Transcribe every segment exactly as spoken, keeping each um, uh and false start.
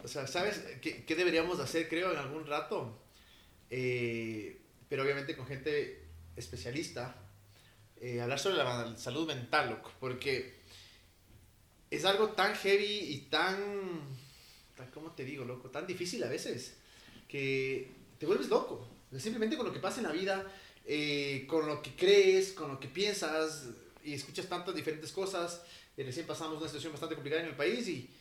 sea, ¿sabes qué, qué deberíamos hacer, creo, en algún rato? Eh, pero obviamente con gente especialista, eh, hablar sobre la salud mental, loco, porque es algo tan heavy y tan, tan, ¿cómo te digo, loco? Tan difícil a veces, que te vuelves loco, simplemente con lo que pasa en la vida, eh, con lo que crees, con lo que piensas, y escuchas tantas diferentes cosas. Eh, recién pasamos una situación bastante complicada en el país y,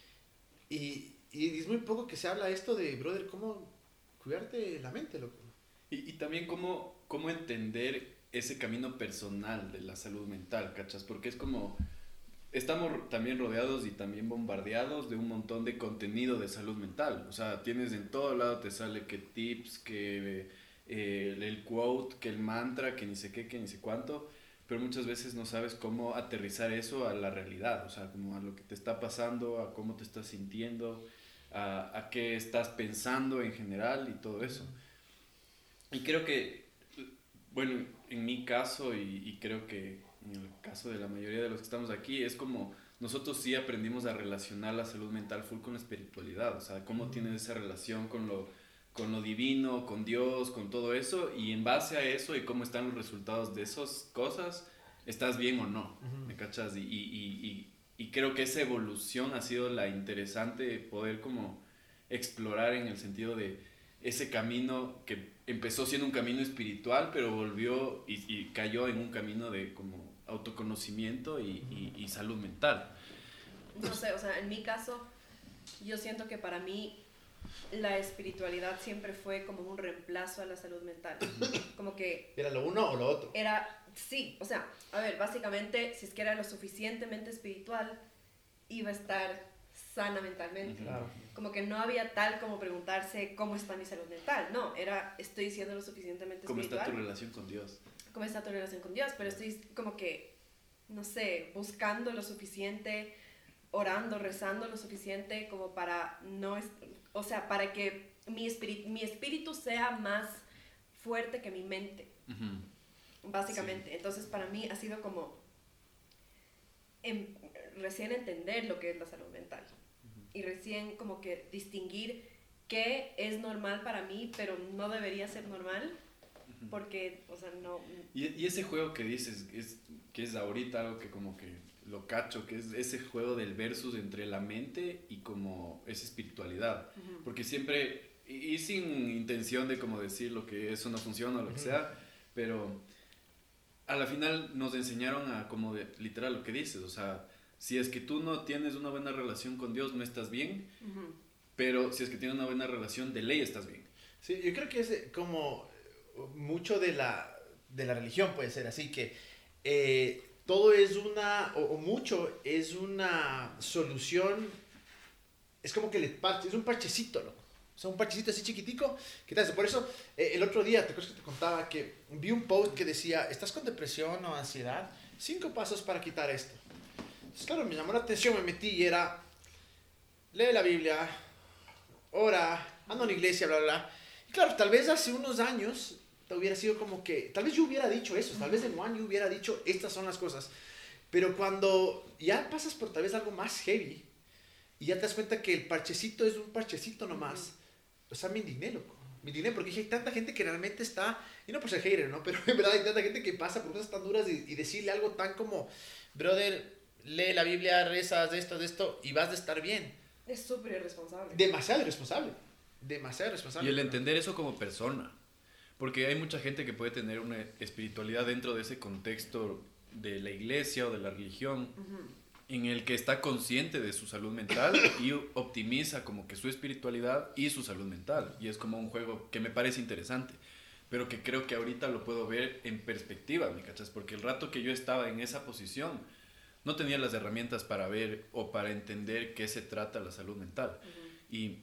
y, y es muy poco que se habla esto de, brother, cómo cuidarte la mente, loco. Y, y también cómo, cómo entender ese camino personal de la salud mental, ¿cachas? Porque es como, estamos también rodeados y también bombardeados de un montón de contenido de salud mental. O sea, tienes en todo lado, te sale que tips, que eh, el quote, que el mantra, que ni sé qué, que ni sé cuánto, pero muchas veces no sabes cómo aterrizar eso a la realidad, o sea, como a lo que te está pasando, a cómo te estás sintiendo, a, a qué estás pensando en general y todo eso. Y creo que, bueno, en mi caso y, y creo que en el caso de la mayoría de los que estamos aquí, es como nosotros sí aprendimos a relacionar la salud mental full con la espiritualidad, o sea, cómo tienes esa relación con lo, con lo divino, con Dios, con todo eso, y en base a eso y cómo están los resultados de esas cosas, estás bien o no, ¿me cachas? Y, y, y, y creo que esa evolución ha sido la interesante, poder como explorar en el sentido de ese camino que empezó siendo un camino espiritual, pero volvió y, y cayó en un camino de como autoconocimiento y, y, y salud mental. No sé, o sea, en mi caso, yo siento que para mí la espiritualidad siempre fue como un reemplazo a la salud mental. Como que... ¿Era lo uno o lo otro? Era, sí, o sea, a ver, básicamente, si es que era lo suficientemente espiritual, iba a estar sana mentalmente. Claro. Como que no había tal como preguntarse cómo está mi salud mental. No, era, estoy siendo lo suficientemente ¿Cómo espiritual. está tu relación con Dios? ¿Cómo está tu relación con Dios? Pero estoy como que, no sé, buscando lo suficiente, orando, rezando lo suficiente como para no, es, o sea, para que mi espíritu, mi espíritu sea más fuerte que mi mente, uh-huh. Básicamente. Sí. Entonces para mí ha sido como en, recién entender lo que es la salud mental, uh-huh. Y recién como que distinguir qué es normal para mí, pero no debería ser normal. Porque, o sea, no... Y, y ese juego que dices, es, que es ahorita algo que como que lo cacho, que es ese juego del versus entre la mente y como esa espiritualidad. Uh-huh. Porque siempre, y, y sin intención de como decir lo que eso no funciona o lo que uh-huh. sea, pero a la final nos enseñaron a como de, literal lo que dices, o sea, si es que tú no tienes una buena relación con Dios, no estás bien, uh-huh. Pero si es que tienes una buena relación, de ley estás bien. Sí, yo creo que es como... mucho de la, de la religión puede ser así, que eh, todo es una, o, o mucho es una solución, es como que le parche, es un parchecito, ¿no? O sea, un parchecito así chiquitico, ¿qué tal? Por eso, eh, el otro día, te acuerdas que te contaba que vi un post que decía, ¿estás con depresión o ansiedad? Cinco pasos para quitar esto. Entonces, claro, me llamó la atención, me metí y era, lee la Biblia, ora, anda a una iglesia, bla, bla, bla. Y claro, tal vez hace unos años hubiera sido como que, tal vez yo hubiera dicho eso, tal vez en Juan yo hubiera dicho, estas son las cosas, pero cuando ya pasas por tal vez algo más heavy, y ya te das cuenta que el parchecito es un parchecito nomás, o sea, me indigné, loco, me indigné, porque hay tanta gente que realmente está, y no por ser hater, ¿no? Pero en verdad hay tanta gente que pasa por cosas tan duras y, y decirle algo tan como, brother, lee la Biblia, rezas de esto, de esto, y vas a estar bien. Es súper irresponsable. Demasiado irresponsable, demasiado irresponsable. Y el entender eso como persona. Porque hay mucha gente que puede tener una espiritualidad dentro de ese contexto de la iglesia o de la religión, uh-huh. En el que está consciente de su salud mental y optimiza como que su espiritualidad y su salud mental. Y es como un juego que me parece interesante, pero que creo que ahorita lo puedo ver en perspectiva, ¿me cachas? Porque el rato que yo estaba en esa posición, no tenía las herramientas para ver o para entender qué se trata la salud mental. Uh-huh. Y...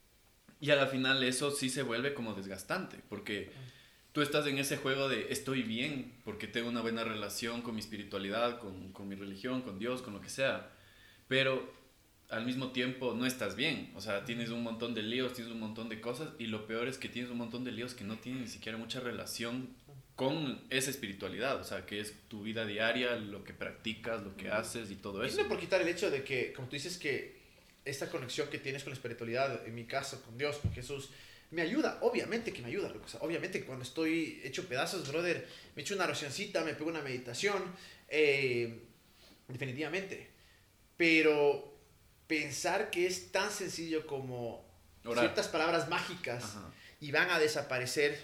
Y a la final eso sí se vuelve como desgastante, porque tú estás en ese juego de estoy bien, porque tengo una buena relación con mi espiritualidad, con, con mi religión, con Dios, con lo que sea, pero al mismo tiempo no estás bien, o sea, tienes un montón de líos, tienes un montón de cosas, y lo peor es que tienes un montón de líos que no tienen ni siquiera mucha relación con esa espiritualidad, o sea, que es tu vida diaria, lo que practicas, lo que haces y todo eso. Y no por quitar el hecho de que, como tú dices, que esta conexión que tienes con la espiritualidad, en mi caso, con Dios, con Jesús, me ayuda, obviamente que me ayuda, loco. O sea, obviamente que cuando estoy hecho pedazos, brother, me echo una oracioncita, me pego una meditación, eh, definitivamente. Pero pensar que es tan sencillo como orar, ciertas palabras mágicas, ajá, y van a desaparecer,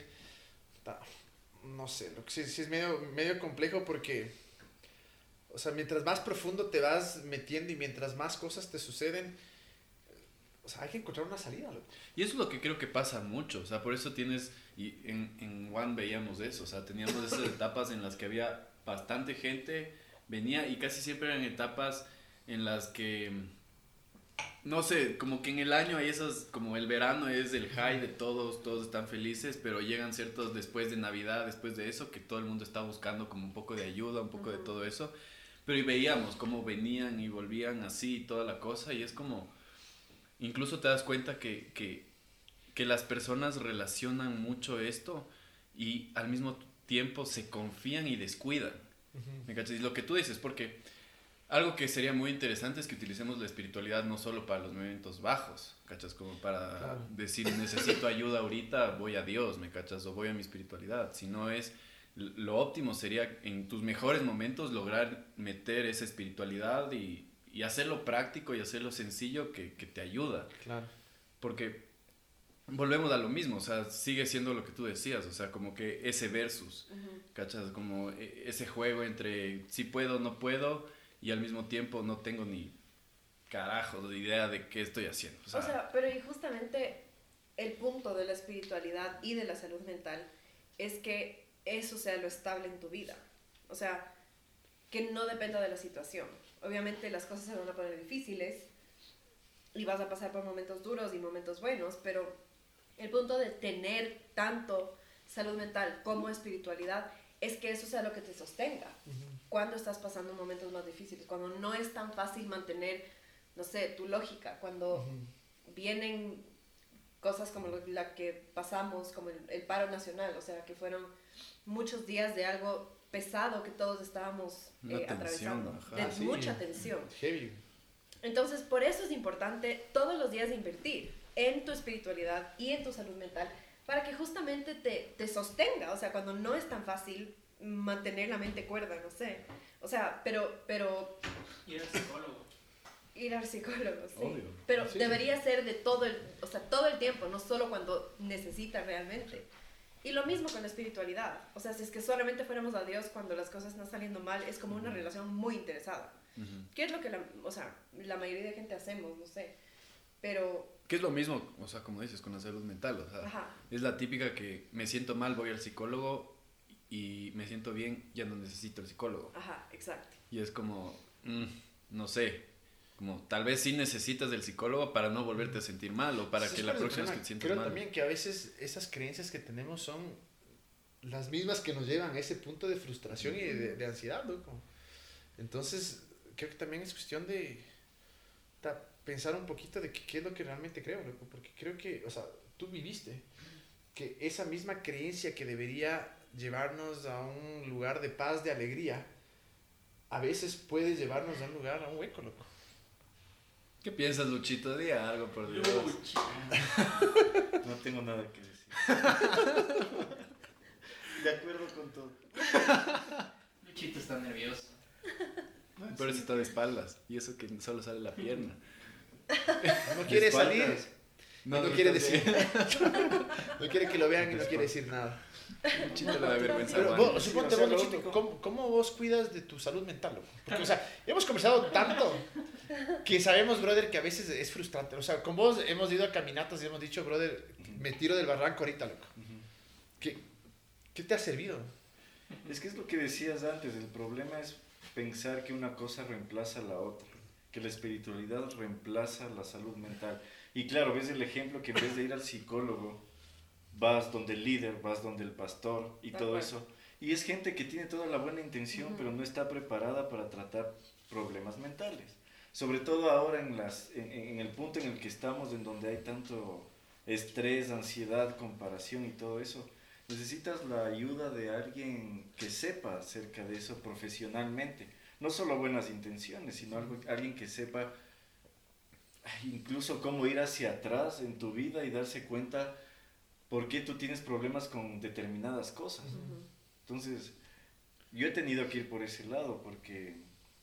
no sé, lo que sí, sí es medio, medio complejo porque, o sea, mientras más profundo te vas metiendo y mientras más cosas te suceden, o sea, hay que encontrar una salida, loco. Y eso es lo que creo que pasa mucho, o sea, por eso tienes, y en, en One veíamos eso, o sea, teníamos esas etapas en las que había bastante gente, venía, y casi siempre eran etapas en las que, no sé, como que en el año hay esas, como el verano es el high de todos, todos están felices, pero llegan ciertos después de Navidad, después de eso, que todo el mundo está buscando como un poco de ayuda, un poco uh-huh. de todo eso, pero y veíamos cómo venían y volvían así, toda la cosa, y es como, incluso te das cuenta que, que, que las personas relacionan mucho esto y al mismo tiempo se confían y descuidan, uh-huh. ¿me cachas? Y lo que tú dices, porque algo que sería muy interesante es que utilicemos la espiritualidad no solo para los momentos bajos, ¿cachas? Como para claro. decir, necesito ayuda ahorita, voy a Dios, ¿me cachas? O voy a mi espiritualidad. Sino es, lo óptimo sería en tus mejores momentos lograr meter esa espiritualidad y, y hacerlo práctico y hacerlo sencillo que, que te ayuda. Claro. Porque volvemos a lo mismo, o sea, sigue siendo lo que tú decías, o sea, como que ese versus, uh-huh. ¿cachas? Como ese juego entre si puedo, no puedo, y al mismo tiempo no tengo ni carajo de idea de qué estoy haciendo. O sea, o sea, pero y justamente el punto de la espiritualidad y de la salud mental es que eso sea lo estable en tu vida. O sea, que no dependa de la situación. Obviamente las cosas se van a poner difíciles y vas a pasar por momentos duros y momentos buenos, pero el punto de tener tanto salud mental como espiritualidad es que eso sea lo que te sostenga. Uh-huh. Cuando estás pasando momentos más difíciles, cuando no es tan fácil mantener, no sé, tu lógica, cuando uh-huh. vienen cosas como la que pasamos, como el, el paro nacional, o sea, que fueron muchos días de algo pesado que todos estábamos eh, atravesando, ajá, de sí. mucha tensión. Heavy. Entonces, por eso es importante todos los días invertir en tu espiritualidad y en tu salud mental, para que justamente te, te sostenga, o sea, cuando no es tan fácil mantener la mente cuerda, no sé, o sea, pero... pero ir al psicólogo. Ir al psicólogo, sí. Obvio. Pero sí. debería ser de todo el, o sea, todo el tiempo, no solo cuando necesitas realmente. Y lo mismo con la espiritualidad, o sea, si es que solamente fuéramos a Dios cuando las cosas están saliendo mal, es como una uh-huh. relación muy interesada. Uh-huh. ¿Qué es lo que la, o sea, la mayoría de gente hacemos? No sé, pero... Que es lo mismo, o sea, como dices, con la salud mental, o sea, ajá. es la típica que me siento mal, voy al psicólogo y me siento bien, ya no necesito el psicólogo. Ajá, exacto. Y es como, mmm, no sé, como tal vez sí necesitas del psicólogo para no volverte a sentir mal o para sí, que la próxima vez que te sientas creo mal. Creo también que a veces esas creencias que tenemos son las mismas que nos llevan a ese punto de frustración y de, de ansiedad, loco. Entonces, creo que también es cuestión de... Ta, pensar un poquito de qué es lo que realmente creo, loco, porque creo que, o sea, tú viviste que esa misma creencia que debería llevarnos a un lugar de paz, de alegría, a veces puede llevarnos a un lugar, a un hueco, loco. ¿Qué piensas, Luchito? Di algo, por Dios. No tengo nada que decir. De acuerdo con todo. Luchito está nervioso. Por eso está de espaldas, y eso que solo sale la pierna. No quiere salir, no, no, no quiere decir. No quiere que lo vean y no quiere decir nada. Luchito le da vergüenza. Pero vos, suponte vos, Luchito, ¿cómo, ¿cómo vos cuidas de tu salud mental, loco? Porque, o sea, hemos conversado tanto que sabemos, brother, que a veces es frustrante. O sea, con vos hemos ido a caminatas y hemos dicho, brother, me tiro del barranco ahorita, loco. ¿Qué, qué te ha servido? Es que es lo que decías antes, el problema es pensar que una cosa reemplaza a la otra, que la espiritualidad reemplaza la salud mental. Y claro, ves el ejemplo que en vez de ir al psicólogo, vas donde el líder, vas donde el pastor y todo eso. Y es gente que tiene toda la buena intención, uh-huh. pero no está preparada para tratar problemas mentales. Sobre todo ahora en, las, en, en el punto en el que estamos, en donde hay tanto estrés, ansiedad, comparación y todo eso. Necesitas la ayuda de alguien que sepa acerca de eso profesionalmente. No solo buenas intenciones, sino algo, alguien que sepa incluso cómo ir hacia atrás en tu vida y darse cuenta por qué tú tienes problemas con determinadas cosas. Ujú. Entonces, yo he tenido que ir por ese lado porque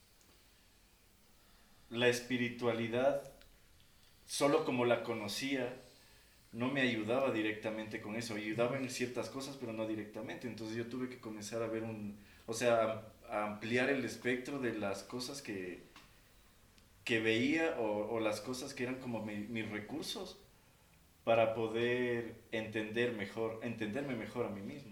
la espiritualidad, solo como la conocía, no me ayudaba directamente con eso. Ayudaba en ciertas cosas, pero no directamente. Entonces yo tuve que comenzar a ver un... O sea, a ampliar el espectro de las cosas que, que veía o, o las cosas que eran como mi, mis recursos para poder entender mejor, entenderme mejor a mí mismo.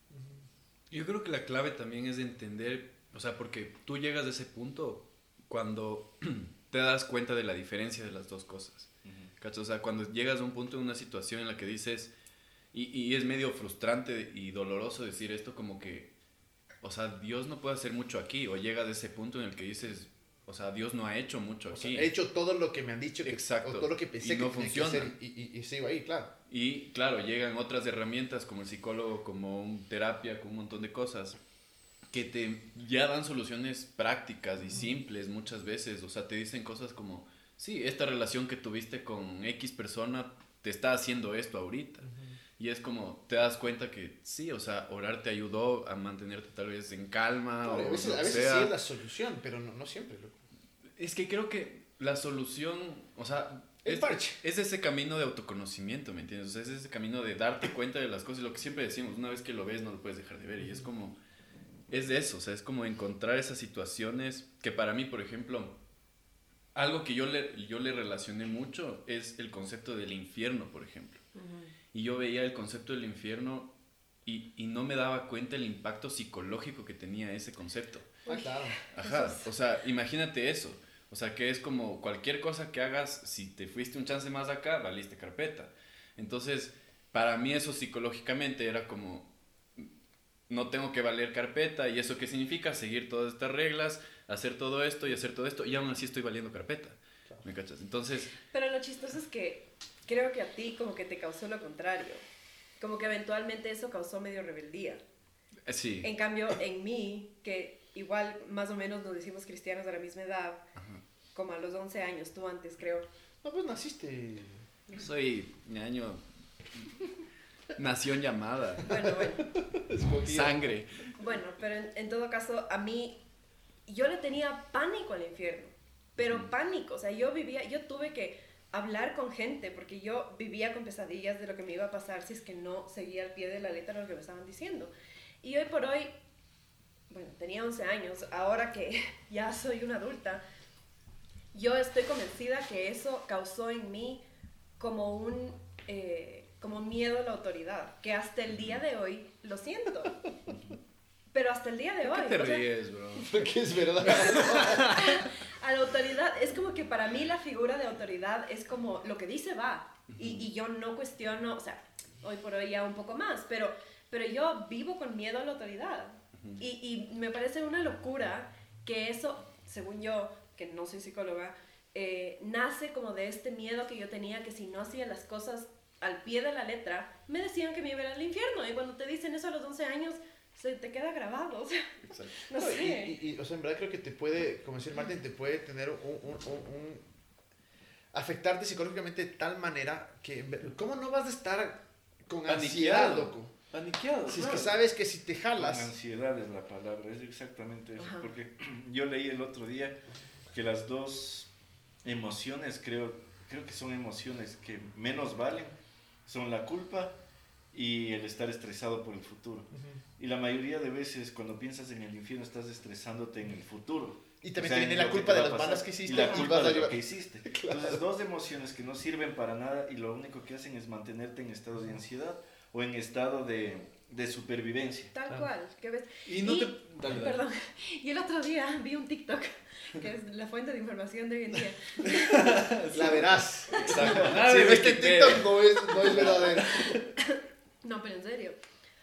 Yo creo que la clave también es de entender, o sea, porque tú llegas a ese punto cuando te das cuenta de la diferencia de las dos cosas. ¿Cachai? O sea, cuando llegas a un punto en una situación en la que dices, y, y es medio frustrante y doloroso decir esto como que, o sea, Dios no puede hacer mucho aquí, o llegas a ese punto en el que dices, o sea, Dios no ha hecho mucho O aquí. sea, he hecho todo lo que me han dicho, que, Exacto. o todo lo que pensé Y no que tenía que funciona. hacer y, y, y sigo ahí, claro. Y claro, llegan otras herramientas como el psicólogo, como un terapia, como un montón de cosas que te ya dan soluciones prácticas y simples muchas veces. O sea, te dicen cosas como, sí, esta relación que tuviste con X persona te está haciendo esto ahorita. Uh-huh. Y es como, te das cuenta que sí, o sea, orar te ayudó a mantenerte tal vez en calma. Claro, o a veces, lo que a veces sea. sí es la solución, pero no, no siempre, loco. Es que creo que la solución, o sea... El es, parche. Es ese camino de autoconocimiento, ¿me entiendes? O sea, es ese camino de darte cuenta de las cosas. Lo que siempre decimos, una vez que lo ves no lo puedes dejar de ver. Y es como, es de eso, o sea, es como encontrar esas situaciones que para mí, por ejemplo, algo que yo le, yo le relacioné mucho es el concepto del infierno, por ejemplo. Uh-huh. Y yo veía el concepto del infierno y, y no me daba cuenta el impacto psicológico que tenía ese concepto. Ah, claro. Ajá, o sea, imagínate eso. O sea, que es como cualquier cosa que hagas, si te fuiste un chance más acá, valiste carpeta. Entonces, para mí eso psicológicamente era como, no tengo que valer carpeta, y eso qué significa, seguir todas estas reglas, hacer todo esto y hacer todo esto, y aún así estoy valiendo carpeta. Claro. ¿Me cachas? Entonces... Pero lo chistoso es que creo que a ti como que te causó lo contrario. Como que eventualmente eso causó medio rebeldía. Sí. En cambio, en mí, que... igual más o menos nos decimos cristianos a la misma edad, ajá, como a los once años, tú antes creo. No, pues naciste. Yo soy ñaño. Nación llamada. Bueno, bueno. Sangre. Bueno, pero en, en todo caso, a mí, yo le tenía pánico al infierno, pero uh-huh. pánico, o sea, yo vivía, yo tuve que hablar con gente, porque yo vivía con pesadillas de lo que me iba a pasar si es que no seguía al pie de la letra lo que me estaban diciendo. Y hoy por hoy, bueno, tenía once años, ahora que ya soy una adulta, yo estoy convencida que eso causó en mí como un eh, como miedo a la autoridad, que hasta el día de hoy lo siento. Pero hasta el día de hoy... ¿Por qué te o sea, ríes, bro? Porque es verdad. A la autoridad, es como que para mí la figura de autoridad es como lo que dice va, uh-huh. y, y yo no cuestiono, o sea, hoy por hoy ya un poco más, pero, pero yo vivo con miedo a la autoridad. Y, y me parece una locura que eso, según yo, que no soy psicóloga, eh, nace como de este miedo que yo tenía, que si no hacía las cosas al pie de la letra, me decían que me iba a ir al infierno. Y cuando te dicen eso a los once años, se te queda grabado. O sea, exacto. No no, sé. Y, y, y, o sea, en verdad creo que te puede, como decía Martín, te puede tener un, un, un, un... afectarte psicológicamente de tal manera que... ¿Cómo no vas a estar con ansiedad, loco? Paniqueado. Si es que sabes que si te jalas... Con ansiedad es la palabra, es exactamente eso. Ajá. Porque yo leí el otro día que las dos emociones, creo, creo que son emociones que menos valen, son la culpa y el estar estresado por el futuro. Uh-huh. Y la mayoría de veces cuando piensas en el infierno estás estresándote en el futuro. Y también o sea, te viene la culpa de las malas que hiciste. Y la culpa vas a de lo llevar. que hiciste. Claro. Entonces, dos emociones que no sirven para nada y lo único que hacen es mantenerte en estado de ansiedad o en estado de, de supervivencia. Tal Ah. cual. ¿Qué ves? Y no y, te... Dale, dale. Perdón. Y el otro día vi un TikTok, que es la fuente de información de hoy en día. La verás. Exacto. Si Nada de ves que Wikipedia. TikTok no es, no es verdadero. No, pero en serio.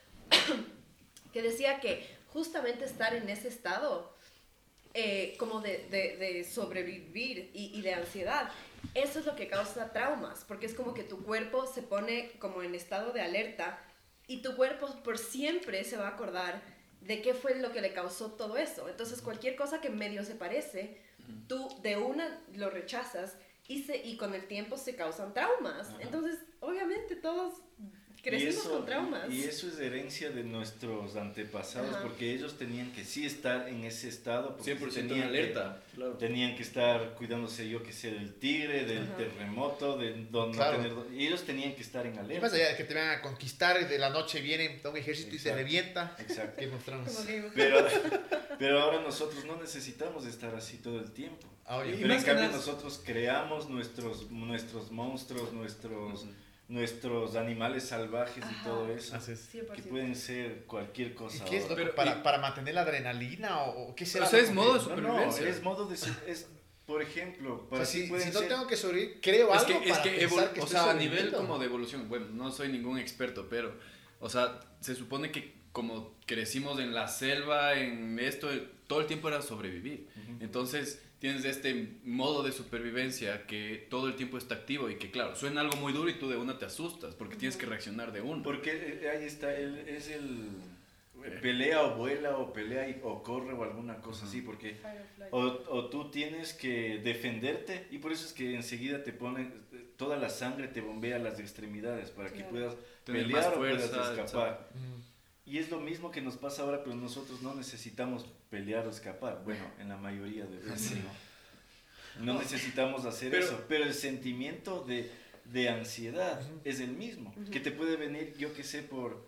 Que decía que justamente estar en ese estado, eh, como de, de, de sobrevivir y, y de ansiedad, eso es lo que causa traumas, porque es como que tu cuerpo se pone como en estado de alerta y tu cuerpo por siempre se va a acordar de qué fue lo que le causó todo eso. Entonces cualquier cosa que medio se parece, tú de una lo rechazas y, se, y con el tiempo se causan traumas. Ajá. Entonces, obviamente todos crecimos eso, con traumas. Y eso es herencia de nuestros antepasados, Ajá. porque ellos tenían que sí estar en ese estado, porque cien por ciento tenían alerta, que, claro. tenían que estar cuidándose, yo que sé, del tigre, del Ajá. terremoto, de donde claro. no tener, y ellos tenían que estar en alerta. Y más allá de que te van a conquistar, de la noche viene un ejército Exacto. y te revienta. Exacto. Pero, pero ahora nosotros no necesitamos estar así todo el tiempo. Ah, y pero en cambio nada... nosotros creamos nuestros, nuestros monstruos, nuestros... Uh-huh. nuestros animales salvajes Ajá. y todo eso, que pueden ser cualquier cosa. ¿Y qué es lo Pero, para, y, para mantener la adrenalina o, o qué será? O sea, es modo de supervivencia. No, no, es modo de es por ejemplo, para o sea, si, si no ser... tengo que sobrevivir, creo es algo que, para es que, pensar evol- que o sea, a nivel como de evolución, bueno, no soy ningún experto, pero o sea, se supone que como crecimos en la selva, en esto, todo el tiempo era sobrevivir. Uh-huh. Entonces, tienes este modo de supervivencia que todo el tiempo está activo y que, claro, suena algo muy duro y tú de una te asustas porque uh-huh. tienes que reaccionar de uno. Porque ahí está, el, es el pelea o vuela o pelea y, o corre o alguna cosa uh-huh. así, porque o, o tú tienes que defenderte y por eso es que enseguida te ponen, toda la sangre te bombea a las extremidades para claro. que puedas tener pelear más fuerza, o puedas escapar. Uh-huh. Y es lo mismo que nos pasa ahora, pero nosotros no necesitamos pelear o escapar. Bueno, en la mayoría de veces, sí. ¿no? No necesitamos hacer pero, eso, pero el sentimiento de, de ansiedad uh-huh. es el mismo, uh-huh. que te puede venir, yo qué sé, por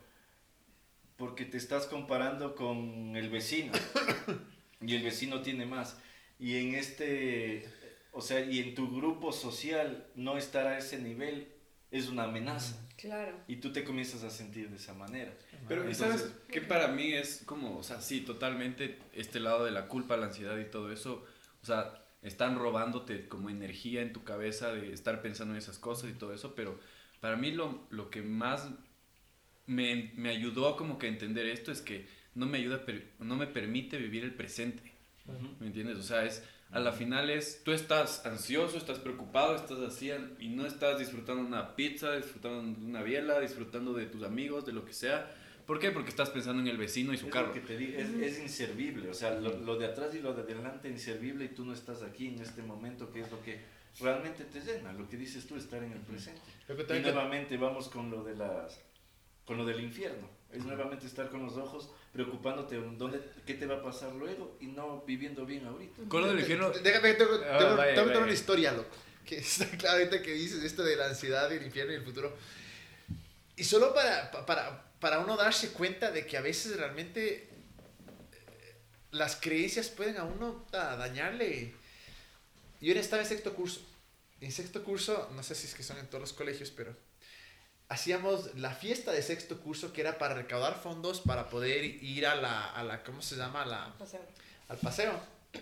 porque te estás comparando con el vecino y el vecino tiene más. Y en este, o sea, y en tu grupo social no estar a ese nivel es una amenaza. Claro. Y tú te comienzas a sentir de esa manera. Pero Entonces, ¿sabes qué para mí es como, o sea, sí, totalmente este lado de la culpa, la ansiedad y todo eso, o sea, están robándote como energía en tu cabeza de estar pensando en esas cosas y todo eso, pero para mí lo, lo que más me, me ayudó a como que entender esto es que no me ayuda, no me permite vivir el presente, uh-huh. ¿me entiendes? O sea, es... A la final es, tú estás ansioso, estás preocupado, estás así y no estás disfrutando una pizza, disfrutando de una biela, disfrutando de tus amigos, de lo que sea. ¿Por qué? Porque estás pensando en el vecino y su es carro. Lo que te digo, es, es inservible, o sea, lo, lo de atrás y lo de adelante inservible y tú no estás aquí en este momento, que es lo que realmente te llena, lo que dices tú, estar en el presente. Y nuevamente vamos con lo de las, con lo del infierno. Es nuevamente estar con los ojos preocupándote dónde, qué te va a pasar luego y no viviendo bien ahorita. Con lo del infierno... Déjame, tengo, tengo, oh, vaya, tengo vaya. una historia, loco. Que está claro ahorita que dices esto de la ansiedad y el infierno y el futuro. Y solo para, para, para uno darse cuenta de que a veces realmente las creencias pueden a uno a dañarle. Yo estaba en sexto curso. En sexto curso, no sé si es que son en todos los colegios, pero... hacíamos la fiesta de sexto curso que era para recaudar fondos para poder ir a la, a la ¿cómo se llama? La, paseo. Al paseo.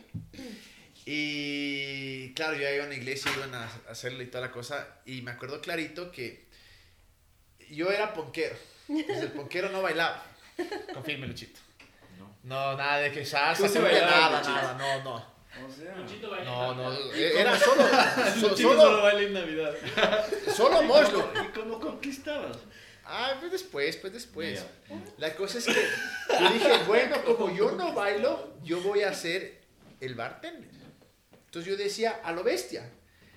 Y claro, yo iba a una iglesia, iban a hacerlo y toda la cosa. Y me acuerdo clarito que yo era ponquero. Entonces el ponquero no bailaba. Confirme, Luchito. No. No, nada de que salsa, se bailaba, nada, nada, no, no. O sea, no, no, era solo, so, solo, solo baila en Navidad. Solo Moslo. ¿Y cómo conquistabas? Ah, pues después, pues después. Yeah. La cosa es que yo dije, bueno, como yo no bailo, yo voy a ser el bartender. Entonces yo decía, a lo bestia.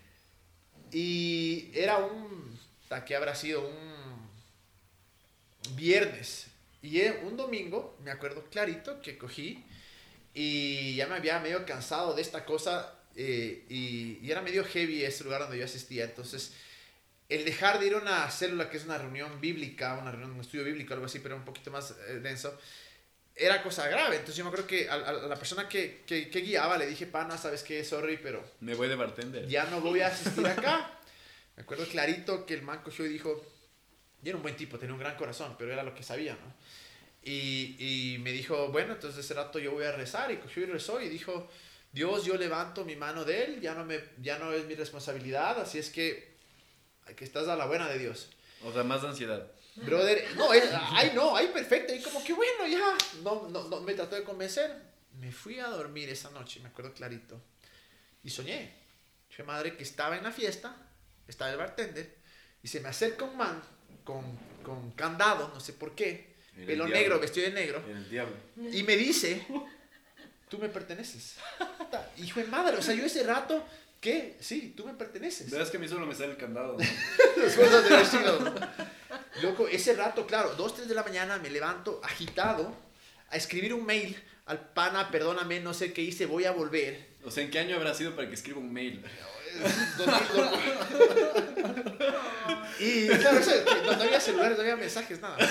Y era un, ¿qué habrá sido? Un viernes. Y un domingo, me acuerdo clarito, que cogí y ya me había medio cansado de esta cosa eh, y, y era medio heavy ese lugar donde yo asistía. Entonces, el dejar de ir a una célula que es una reunión bíblica, una reunión, un estudio bíblico, algo así, pero un poquito más eh, denso, era cosa grave. Entonces yo me acuerdo que a, a la persona que, que, que guiaba le dije, pana, ¿sabes qué? Sorry, pero... me voy de bartender. Ya no voy a asistir acá. Me acuerdo clarito que el man cogió y dijo... Y era un buen tipo, tenía un gran corazón, pero era lo que sabía, ¿no? Y, y me dijo, bueno, entonces ese rato yo voy a rezar. Y cogió y rezó y dijo, Dios, yo levanto mi mano de él, ya no, me, ya no es mi responsabilidad, así es que, que estás a la buena de Dios. O sea, más ansiedad. Brother, no, es, ay no, ay perfecto, y como que bueno, ya, no, no, no me trató de convencer. Me fui a dormir esa noche, me acuerdo clarito, y soñé. Dije, madre, que estaba en la fiesta, estaba el bartender, y se me acerca un man con, con candado, no sé por qué, era pelo negro, vestido de negro, el diablo. Y me dice, tú me perteneces. Hijo de madre, o sea, yo ese rato que sí, tú me perteneces. Verás que a mí solo me sale el candado, ¿no? Las cosas de vecino. Loco, ese rato, claro, dos, tres de la mañana me levanto agitado a escribir un mail al pana, perdóname, no sé qué hice, voy a volver. O sea, ¿en qué año habrá sido para que escriba un mail? dos mil, loco. Y claro, eso, no, no había celulares, no había mensajes, nada.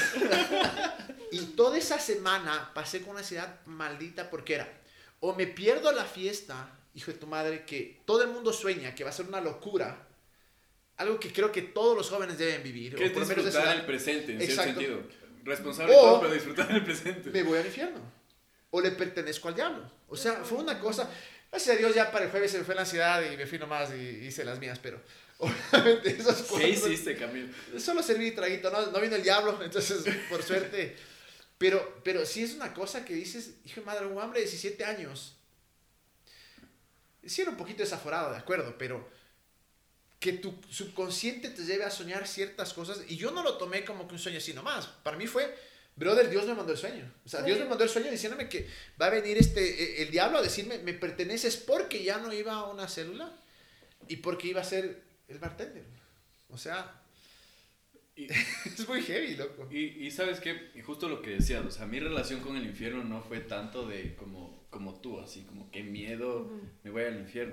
Y toda esa semana pasé con una ansiedad maldita porque era, o me pierdo la fiesta, hijo de tu madre, que todo el mundo sueña que va a ser una locura, algo que creo que todos los jóvenes deben vivir. Que o es por lo menos disfrutar esa- el presente, en Exacto. cierto sentido. Responsable de O- todo, pero disfrutar el presente. me voy al infierno. O le pertenezco al diablo. O sea, fue una cosa... Gracias a Dios ya para el jueves se me fue la ansiedad y me fui nomás y hice las mías, pero obviamente esas cosas... ¿Qué hiciste, Camilo? Solo serví traguito, no, no vino el diablo, entonces por suerte... Pero, pero sí es una cosa que dices, hijo de madre, un hombre de diecisiete años... Sí era un poquito desaforado, de acuerdo, pero... Que tu subconsciente te lleve a soñar ciertas cosas. Y yo no lo tomé como que un sueño así nomás. Para mí fue... Brother, Dios me mandó el sueño. O sea, Dios me mandó el sueño diciéndome que va a venir este, el diablo a decirme, me perteneces porque ya no iba a una célula y porque iba a ser el bartender. O sea, Y, es muy heavy, loco. y, y sabes qué, y justo lo que decías, o sea, mi relación con el infierno no fue tanto de como, como tú, así como qué miedo, Ujú. me voy al infierno.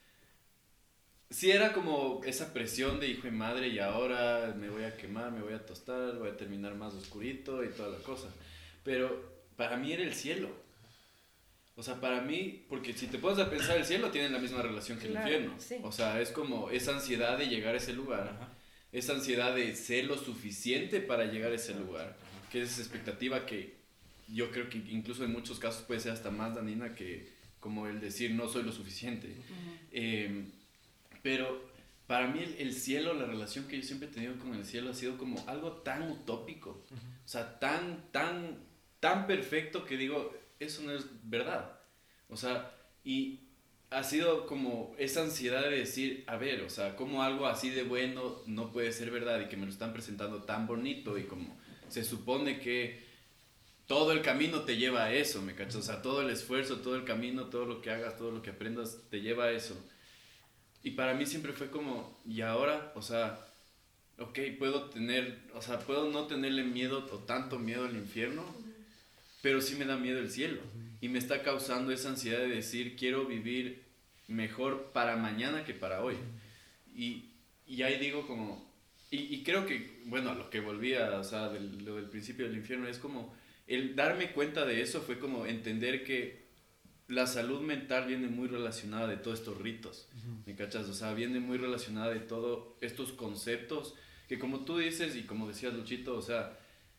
Sí era como esa presión de hijo y madre y ahora me voy a quemar, me voy a tostar, voy a terminar más oscurito y toda la cosa. Pero para mí era el cielo. O sea, para mí, porque si te pones a pensar, el cielo tiene la misma relación que Claro, el infierno. sí. O sea, es como esa ansiedad de llegar a ese lugar, Ajá. esa ansiedad de ser lo suficiente para llegar a ese lugar, que es esa expectativa que yo creo que incluso en muchos casos puede ser hasta más dañina que como el decir no soy lo suficiente. Eh, pero para mí el, el cielo, la relación que yo siempre he tenido con el cielo ha sido como algo tan utópico, o sea, tan, tan, tan perfecto que digo, eso no es verdad. O sea, y ha sido como esa ansiedad de decir, a ver, o sea, como algo así de bueno no puede ser verdad y que me lo están presentando tan bonito y como se supone que todo el camino te lleva a eso, ¿me cachas? O sea, todo el esfuerzo, todo el camino, todo lo que hagas, todo lo que aprendas te lleva a eso. Y para mí siempre fue como, y ahora, o sea, ok, puedo tener, o sea, puedo no tenerle miedo o tanto miedo al infierno, pero sí me da miedo el cielo. Y me está causando esa ansiedad de decir, quiero vivir mejor para mañana que para hoy. Y, y ahí digo como, y, y creo que, bueno, a lo que volvía, o sea, del, lo del principio del infierno, es como, el darme cuenta de eso fue como entender que la salud mental viene muy relacionada de todos estos ritos, ¿me cachas? O sea, viene muy relacionada de todos estos conceptos que como tú dices y como decías Luchito, o sea,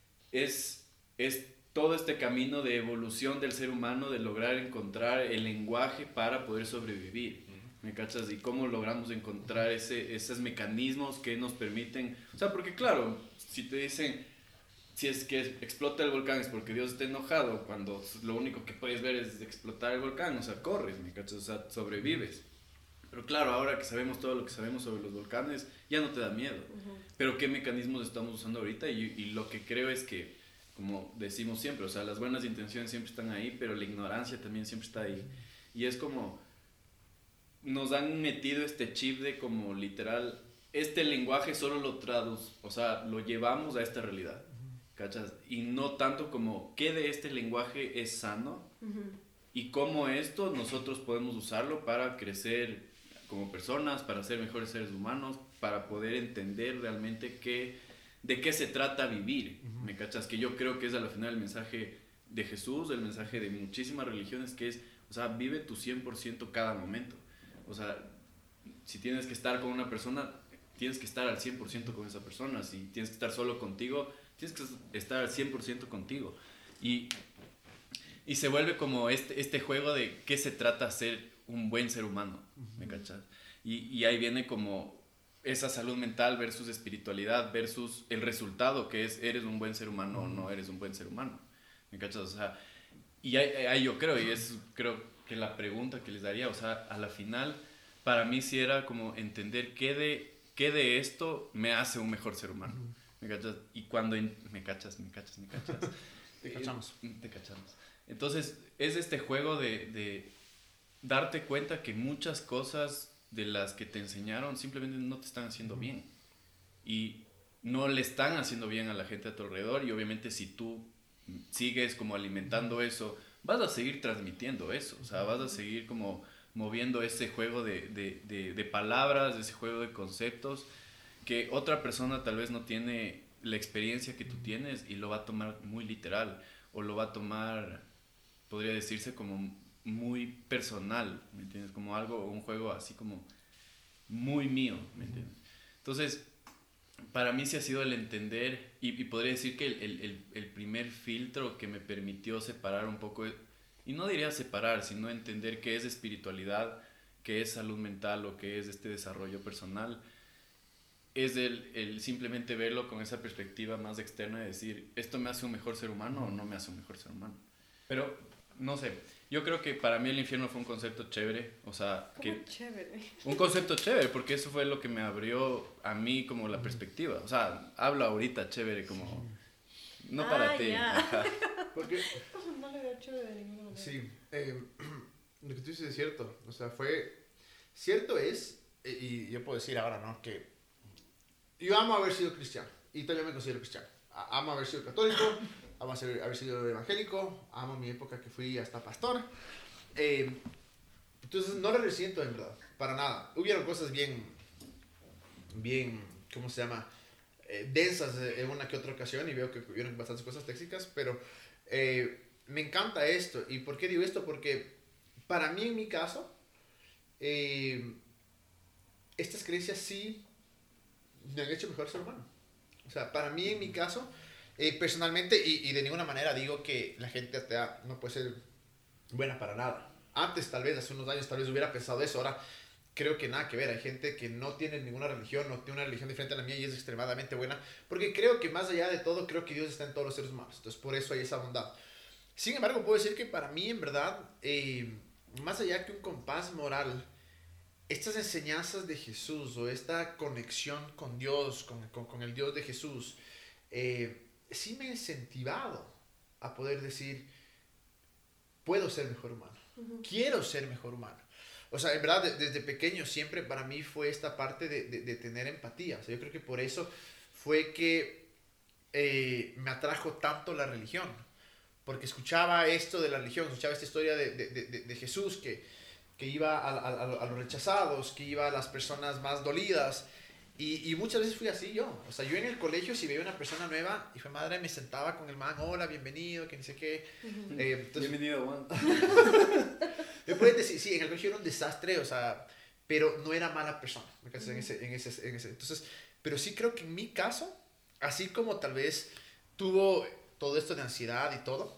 es, es todo este camino de evolución del ser humano, de lograr encontrar el lenguaje para poder sobrevivir, ¿me cachas? Y cómo logramos encontrar ese, esos mecanismos que nos permiten, o sea, porque claro, si te dicen, si es que explota el volcán es porque Dios está enojado, cuando lo único que puedes ver es explotar el volcán, o sea, corres, ¿me cachas? O sea, sobrevives. Pero claro, ahora que sabemos todo lo que sabemos sobre los volcanes, ya no te da miedo. Ujú. Pero ¿qué mecanismos estamos usando ahorita? Y, y lo que creo es que, como decimos siempre, o sea, las buenas intenciones siempre están ahí, pero la ignorancia también siempre está ahí. Y es como, nos han metido este chip de como literal, este lenguaje solo lo traducimos, o sea, lo llevamos a esta realidad. ¿Cachas? Y no tanto como qué de este lenguaje es sano Ujú. y cómo esto nosotros podemos usarlo para crecer como personas, para ser mejores seres humanos, para poder entender realmente qué, de qué se trata vivir. ¿Me cachas? Que yo creo que es al final el mensaje de Jesús, el mensaje de muchísimas religiones, que es, o sea, vive tu cien por ciento cada momento. O sea, si tienes que estar con una persona, tienes que estar al cien por ciento con esa persona. Si tienes que estar solo contigo, tienes que estar al cien por ciento contigo. Y, y se vuelve como este, este juego de qué se trata ser un buen ser humano, ¿me cachas? Y, y ahí viene como esa salud mental versus espiritualidad versus el resultado que es, ¿eres un buen ser humano o no eres un buen ser humano? ¿Me cachas? O sea, y ahí, ahí yo creo, y es creo que la pregunta que les daría, o sea, a la final, para mí sí era como entender qué de, qué de esto me hace un mejor ser humano. ¿Me cachas? Y cuando... en- me cachas, me cachas, me cachas. Te cachamos. Eh, Te cachamos. Entonces, es este juego de, de darte cuenta que muchas cosas de las que te enseñaron simplemente no te están haciendo bien. Y no le están haciendo bien a la gente a tu alrededor, y obviamente si tú sigues como alimentando eso, vas a seguir transmitiendo eso, o sea, vas a seguir como moviendo ese juego de, de, de, de palabras, ese juego de conceptos, que otra persona tal vez no tiene la experiencia que tú tienes y lo va a tomar muy literal, o lo va a tomar, podría decirse como muy personal, ¿me entiendes? Como algo, un juego así como muy mío, ¿me entiendes? Entonces, para mí sí ha sido el entender, y, y podría decir que el, el, el primer filtro que me permitió separar un poco, y no diría separar, sino entender qué es espiritualidad, qué es salud mental o qué es este desarrollo personal, es el, el simplemente verlo con esa perspectiva más externa de decir, ¿esto me hace un mejor ser humano o no me hace un mejor ser humano? Pero, no sé, yo creo que para mí el infierno fue un concepto chévere, o sea, que chévere. un concepto chévere, porque eso fue lo que me abrió a mí como la perspectiva, o sea, hablo ahorita chévere como, no para Ah, ti. ya. Ajá. Porque, No le veo chévere de ninguna manera. sí, eh, lo que tú dices es cierto. O sea, fue... Cierto es, eh, y yo puedo decir ahora, ¿no? Que yo amo haber sido cristiano, y todavía me considero cristiano. A- Amo haber sido católico, amo ser- haber sido evangélico, amo mi época que fui hasta pastor. Eh, entonces, no lo resiento en verdad, para nada. Hubieron cosas bien, bien, ¿cómo se llama? Eh, densas en una que otra ocasión, y veo que hubieron bastantes cosas tóxicas, pero eh, me encanta esto. ¿Y por qué digo esto? Porque para mí, en mi caso, eh, estas creencias sí me han hecho mejor ser humano. O sea, para mí, en mi caso, eh, personalmente, y, y de ninguna manera digo que la gente atea no puede ser buena para nada. Antes, tal vez, hace unos años, tal vez hubiera pensado eso. Ahora, creo que nada que ver. Hay gente que no tiene ninguna religión, no tiene una religión diferente a la mía y es extremadamente buena. Porque creo que más allá de todo, creo que Dios está en todos los seres humanos. Entonces, por eso hay esa bondad. Sin embargo, puedo decir que para mí, en verdad, eh, más allá que un compás moral, estas enseñanzas de Jesús o esta conexión con Dios, con, con, con el Dios de Jesús, eh, sí me ha incentivado a poder decir, puedo ser mejor humano, uh-huh. quiero ser mejor humano. O sea, en verdad, de, desde pequeño siempre para mí fue esta parte de, de, de tener empatía. O sea, yo creo que por eso fue que eh, me atrajo tanto la religión. Porque escuchaba esto de la religión, escuchaba esta historia de, de, de, de Jesús que, que iba a, a, a los rechazados, que iba a las personas más dolidas. Y, y muchas veces fui así yo. O sea, yo en el colegio, si veía una persona nueva, y fue madre, me sentaba con el man, hola, bienvenido, que ni sé qué. Uh-huh. eh, entonces, bienvenido, Juan. Me puedes decir, sí, en el colegio era un desastre, o sea, pero no era mala persona, ¿me uh-huh. en, ese, en, ese, en ese. Entonces, pero sí creo que en mi caso, así como tal vez tuvo todo esto de ansiedad y todo,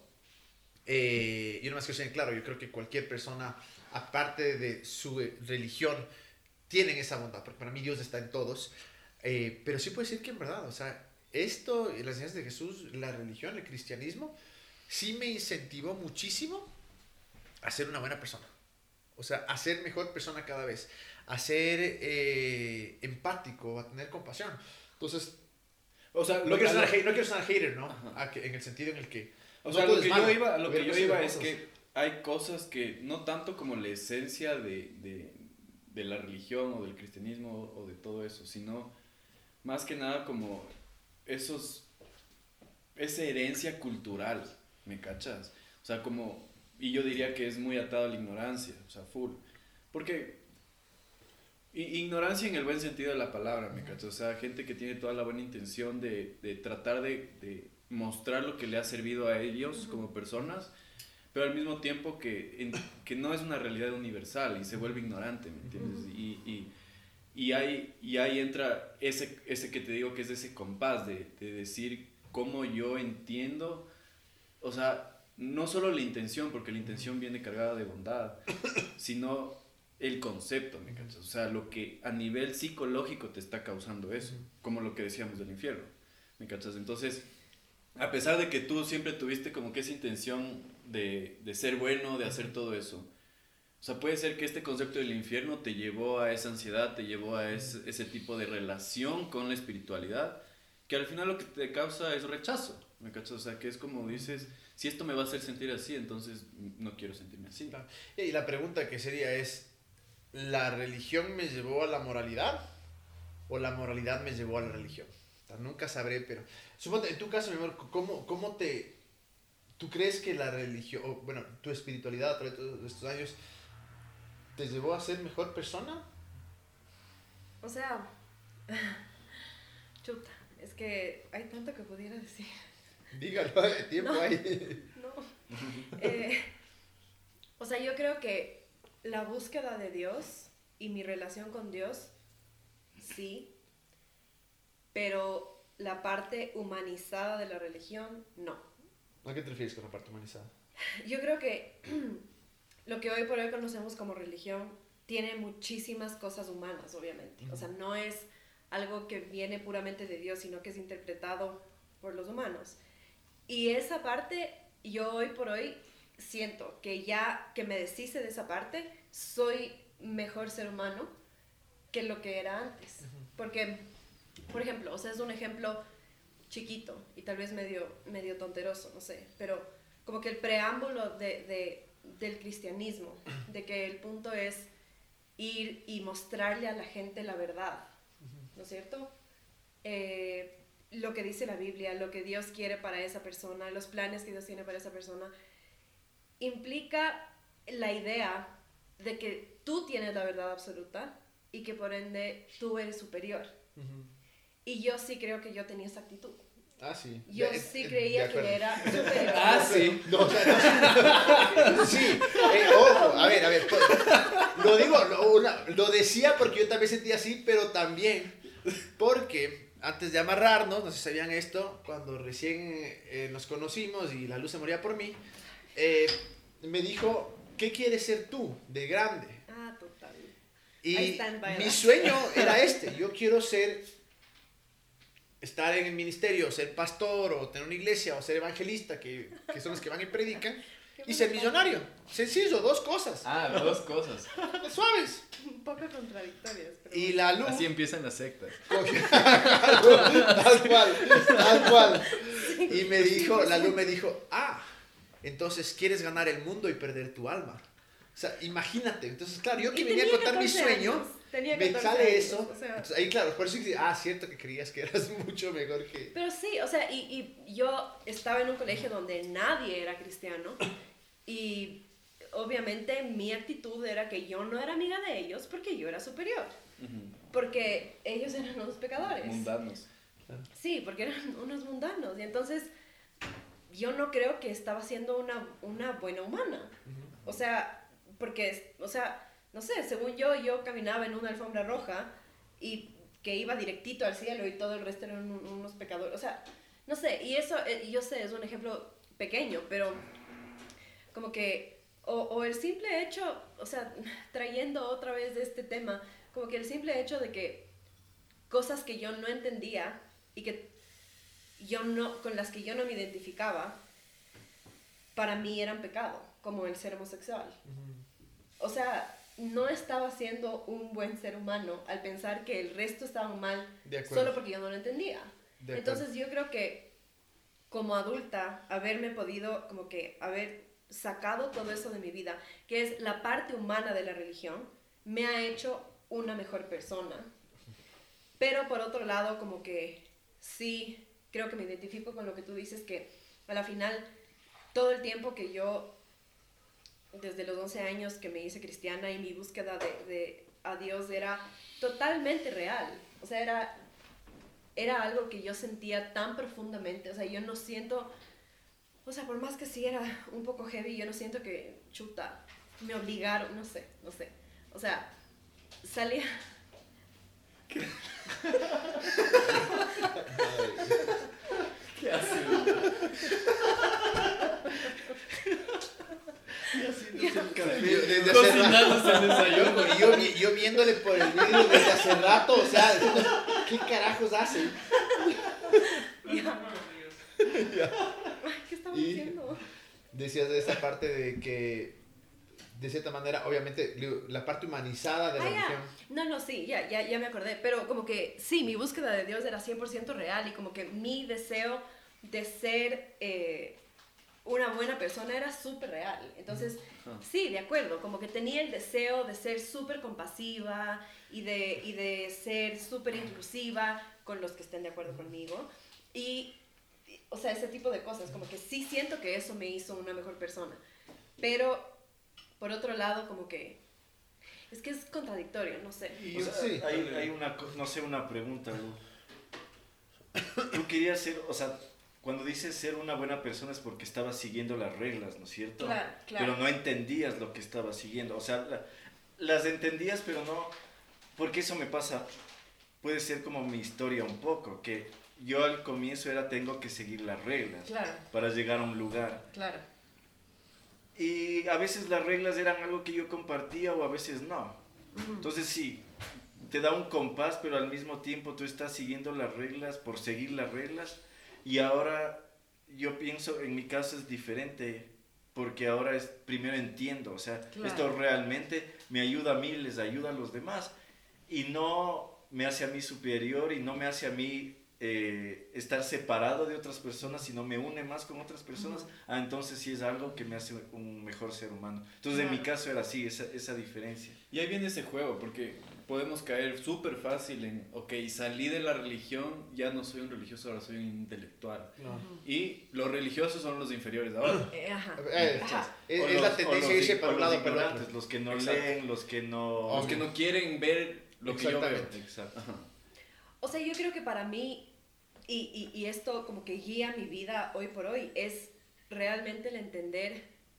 eh, yo no más quiero ser claro, yo creo que cualquier persona, aparte de su religión, tienen esa bondad, porque para mí Dios está en todos, eh, pero sí puedo decir que en verdad, o sea, esto, las enseñanzas de Jesús, la religión, el cristianismo, sí me incentivó muchísimo a ser una buena persona, o sea, a ser mejor persona cada vez, a ser eh, empático, a tener compasión. Entonces, o sea, no, quiero ser, no quiero ser un hater, ¿no? A que, en el sentido en el que, o sea, lo que yo iba, lo que yo iba es que hay cosas que no tanto como la esencia de, de de la religión o del cristianismo o de todo eso, sino más que nada como esos, esa herencia cultural, ¿me cachas? O sea, como, y yo diría que es muy atado a la ignorancia, o sea, full, porque ignorancia en el buen sentido de la palabra, ¿me cachas? O sea, gente que tiene toda la buena intención de, de tratar de, de mostrar lo que le ha servido a ellos uh-huh. como personas, pero al mismo tiempo que, en, que no es una realidad universal y se vuelve ignorante, ¿me entiendes? Uh-huh. Y, y, y, ahí, y ahí entra ese, ese que te digo que es ese compás de, de decir cómo yo entiendo, o sea, no solo la intención, porque la intención viene cargada de bondad, sino el concepto, ¿me cachas? O sea, lo que a nivel psicológico te está causando eso, uh-huh. como lo que decíamos del infierno, ¿me cachas? Entonces, a pesar de que tú siempre tuviste como que esa intención de, de ser bueno, de hacer todo eso, o sea, puede ser que este concepto del infierno te llevó a esa ansiedad, te llevó a ese, ese tipo de relación con la espiritualidad, que al final lo que te causa es rechazo, ¿me cachas? O sea, que es como dices, si esto me va a hacer sentir así, entonces no quiero sentirme así. Claro. Y la pregunta que sería es, ¿la religión me llevó a la moralidad o la moralidad me llevó a la religión? O sea, nunca sabré, pero suponte, en tu caso, mi amor, ¿cómo, cómo te... ¿Tú crees que la religión, o, bueno, tu espiritualidad a través de todos estos años te llevó a ser mejor persona? O sea, chuta, es que hay tanto que pudiera decir. Dígalo, el tiempo No. hay. No. Eh, o sea, yo creo que la búsqueda de Dios y mi relación con Dios, sí, pero la parte humanizada de la religión, no. ¿A qué te refieres con la parte humanizada? Yo creo que lo que hoy por hoy conocemos como religión tiene muchísimas cosas humanas, obviamente. O sea, no es algo que viene puramente de Dios, sino que es interpretado por los humanos. Y esa parte, yo hoy por hoy siento que ya que me deshice de esa parte, soy mejor ser humano que lo que era antes. Porque, por ejemplo, o sea, es un ejemplo chiquito y tal vez medio, medio tonteroso, no sé, pero como que el preámbulo de, de, del cristianismo, de que el punto es ir y mostrarle a la gente la verdad, ¿no es cierto? Eh, lo que dice la Biblia, lo que Dios quiere para esa persona, los planes que Dios tiene para esa persona, implica la idea de que tú tienes la verdad absoluta y que por ende tú eres superior. Uh-huh. Y yo sí creo que yo tenía esa actitud. Ah, sí. Yo De- sí de- creía de acuerdo. que era superior. Ah, sí. No, o sea, no, sí, eh, ojo, a ver, a ver, pues, lo digo, lo, una- lo decía porque yo también sentía así, pero también porque antes de amarrarnos, no sé si sabían esto, cuando recién eh, nos conocimos y la luz se moría por mí, eh, me dijo, ¿qué quieres ser tú de grande? Ah, total. Y Ahí está en baila. mi sueño era este, yo quiero ser, estar en el ministerio, ser pastor o tener una iglesia o ser evangelista, que, que son los que van y predican, y ser millonario. Sencillo, dos cosas, Ah, dos cosas. suaves. Un poco contradictorias. Pero Y bueno. la luz, Así empiezan las sectas. tal cual, tal cual. Y me dijo, la luz me dijo, ah, entonces quieres ganar el mundo y perder tu alma. O sea, imagínate. Entonces, claro, yo que Y venía a tenía contar mi catorce sueño, años, tenía me catorce sale años, eso. o sea. Entonces, ahí, claro, por eso que, ah, cierto que creías que eras mucho mejor que... Pero sí, o sea, y, y yo estaba en un colegio donde nadie era cristiano y obviamente mi actitud era que yo no era amiga de ellos porque yo era superior, Ujú. porque ellos eran unos pecadores. Mundanos. Sí, porque eran unos mundanos y entonces yo no creo que estaba siendo una, una buena humana. O sea, porque, o sea, no sé, según yo, yo caminaba en una alfombra roja y que iba directito al cielo y todo el resto eran un- unos pecadores. O sea, no sé, y eso, eh, yo sé, es un ejemplo pequeño, pero como que, o, o el simple hecho, o sea, trayendo otra vez de este tema, como que el simple hecho de que cosas que yo no entendía y que yo no, con las que yo no me identificaba, para mí eran pecado, como el ser homosexual. O sea, no estaba siendo un buen ser humano al pensar que el resto estaba mal De acuerdo. solo porque yo no lo entendía. De acuerdo. Entonces yo creo que como adulta, haberme podido, como que haber sacado todo eso de mi vida, que es la parte humana de la religión, me ha hecho una mejor persona. Pero por otro lado, como que sí, creo que me identifico con lo que tú dices, que a la final, todo el tiempo que yo, desde los once años que me hice cristiana y mi búsqueda de, de a Dios era totalmente real. O sea, era, era algo que yo sentía tan profundamente. O sea, yo no siento, o sea, por más que sí era un poco heavy, yo no siento que, chuta, me obligaron, no sé, no sé. O sea, salía... ¿Qué haces? Yo, desde hace rato, Cocinándose el desayuno. y yo, vi- yo viéndole por el vidrio desde hace rato, o sea, diciendo, ¿qué carajos hacen? Ay, ¿qué estaba Y- diciendo? Decías de esa parte de que, de cierta manera, obviamente, la parte humanizada de la Ah, ya. religión. No, no, sí, ya, ya, ya me acordé. Pero como que sí, mi búsqueda de Dios era cien por ciento real y como que mi deseo de ser, eh, una buena persona era súper real. Entonces, Ah. sí, de acuerdo, como que tenía el deseo de ser súper compasiva y de, y de ser súper inclusiva con los que estén de acuerdo conmigo. Y, y, o sea, ese tipo de cosas, como que sí siento que eso me hizo una mejor persona. Pero, por otro lado, como que es que es contradictorio, no sé. Y O yo- sea, sí. hay, hay una, co- no sé, una pregunta, Lu. Tú querías ser, o sea, cuando dices ser una buena persona es porque estabas siguiendo las reglas, ¿no es cierto? Claro, claro. Pero no entendías lo que estabas siguiendo. O sea, la- las entendías, pero no... Porque eso me pasa, puede ser como mi historia un poco, que yo al comienzo era tengo que seguir las reglas Claro, para llegar a un lugar. claro. Y a veces las reglas eran algo que yo compartía o a veces no. Ujú. Entonces sí, te da un compás, pero al mismo tiempo tú estás siguiendo las reglas por seguir las reglas. Y ahora yo pienso, en mi caso es diferente, porque ahora es, primero entiendo, o sea, Claro. esto realmente me ayuda a mí, les ayuda a los demás. Y no me hace a mí superior y no me hace a mí eh, estar separado de otras personas, sino me une más con otras personas. Ujú. Ah, entonces sí es algo que me hace un mejor ser humano. Entonces en mi Claro. caso era así, esa, esa diferencia. Y ahí viene ese juego, porque podemos caer súper fácil en, ok, salí de la religión, ya no soy un religioso, ahora soy un intelectual. No. Y los religiosos son los inferiores de ahora. Eh, ajá. Eh, Ajá. Es, O es los- la o tendencia a los irse ig- para o un los lado o para el ignorantes, otro. los que no Exacto. leen, los que no... Los que no quieren ver lo que yo veo. Exactamente. Exacto. Ajá. O sea, yo creo que para mí, y, y, y esto como que guía mi vida hoy por hoy, es realmente el entender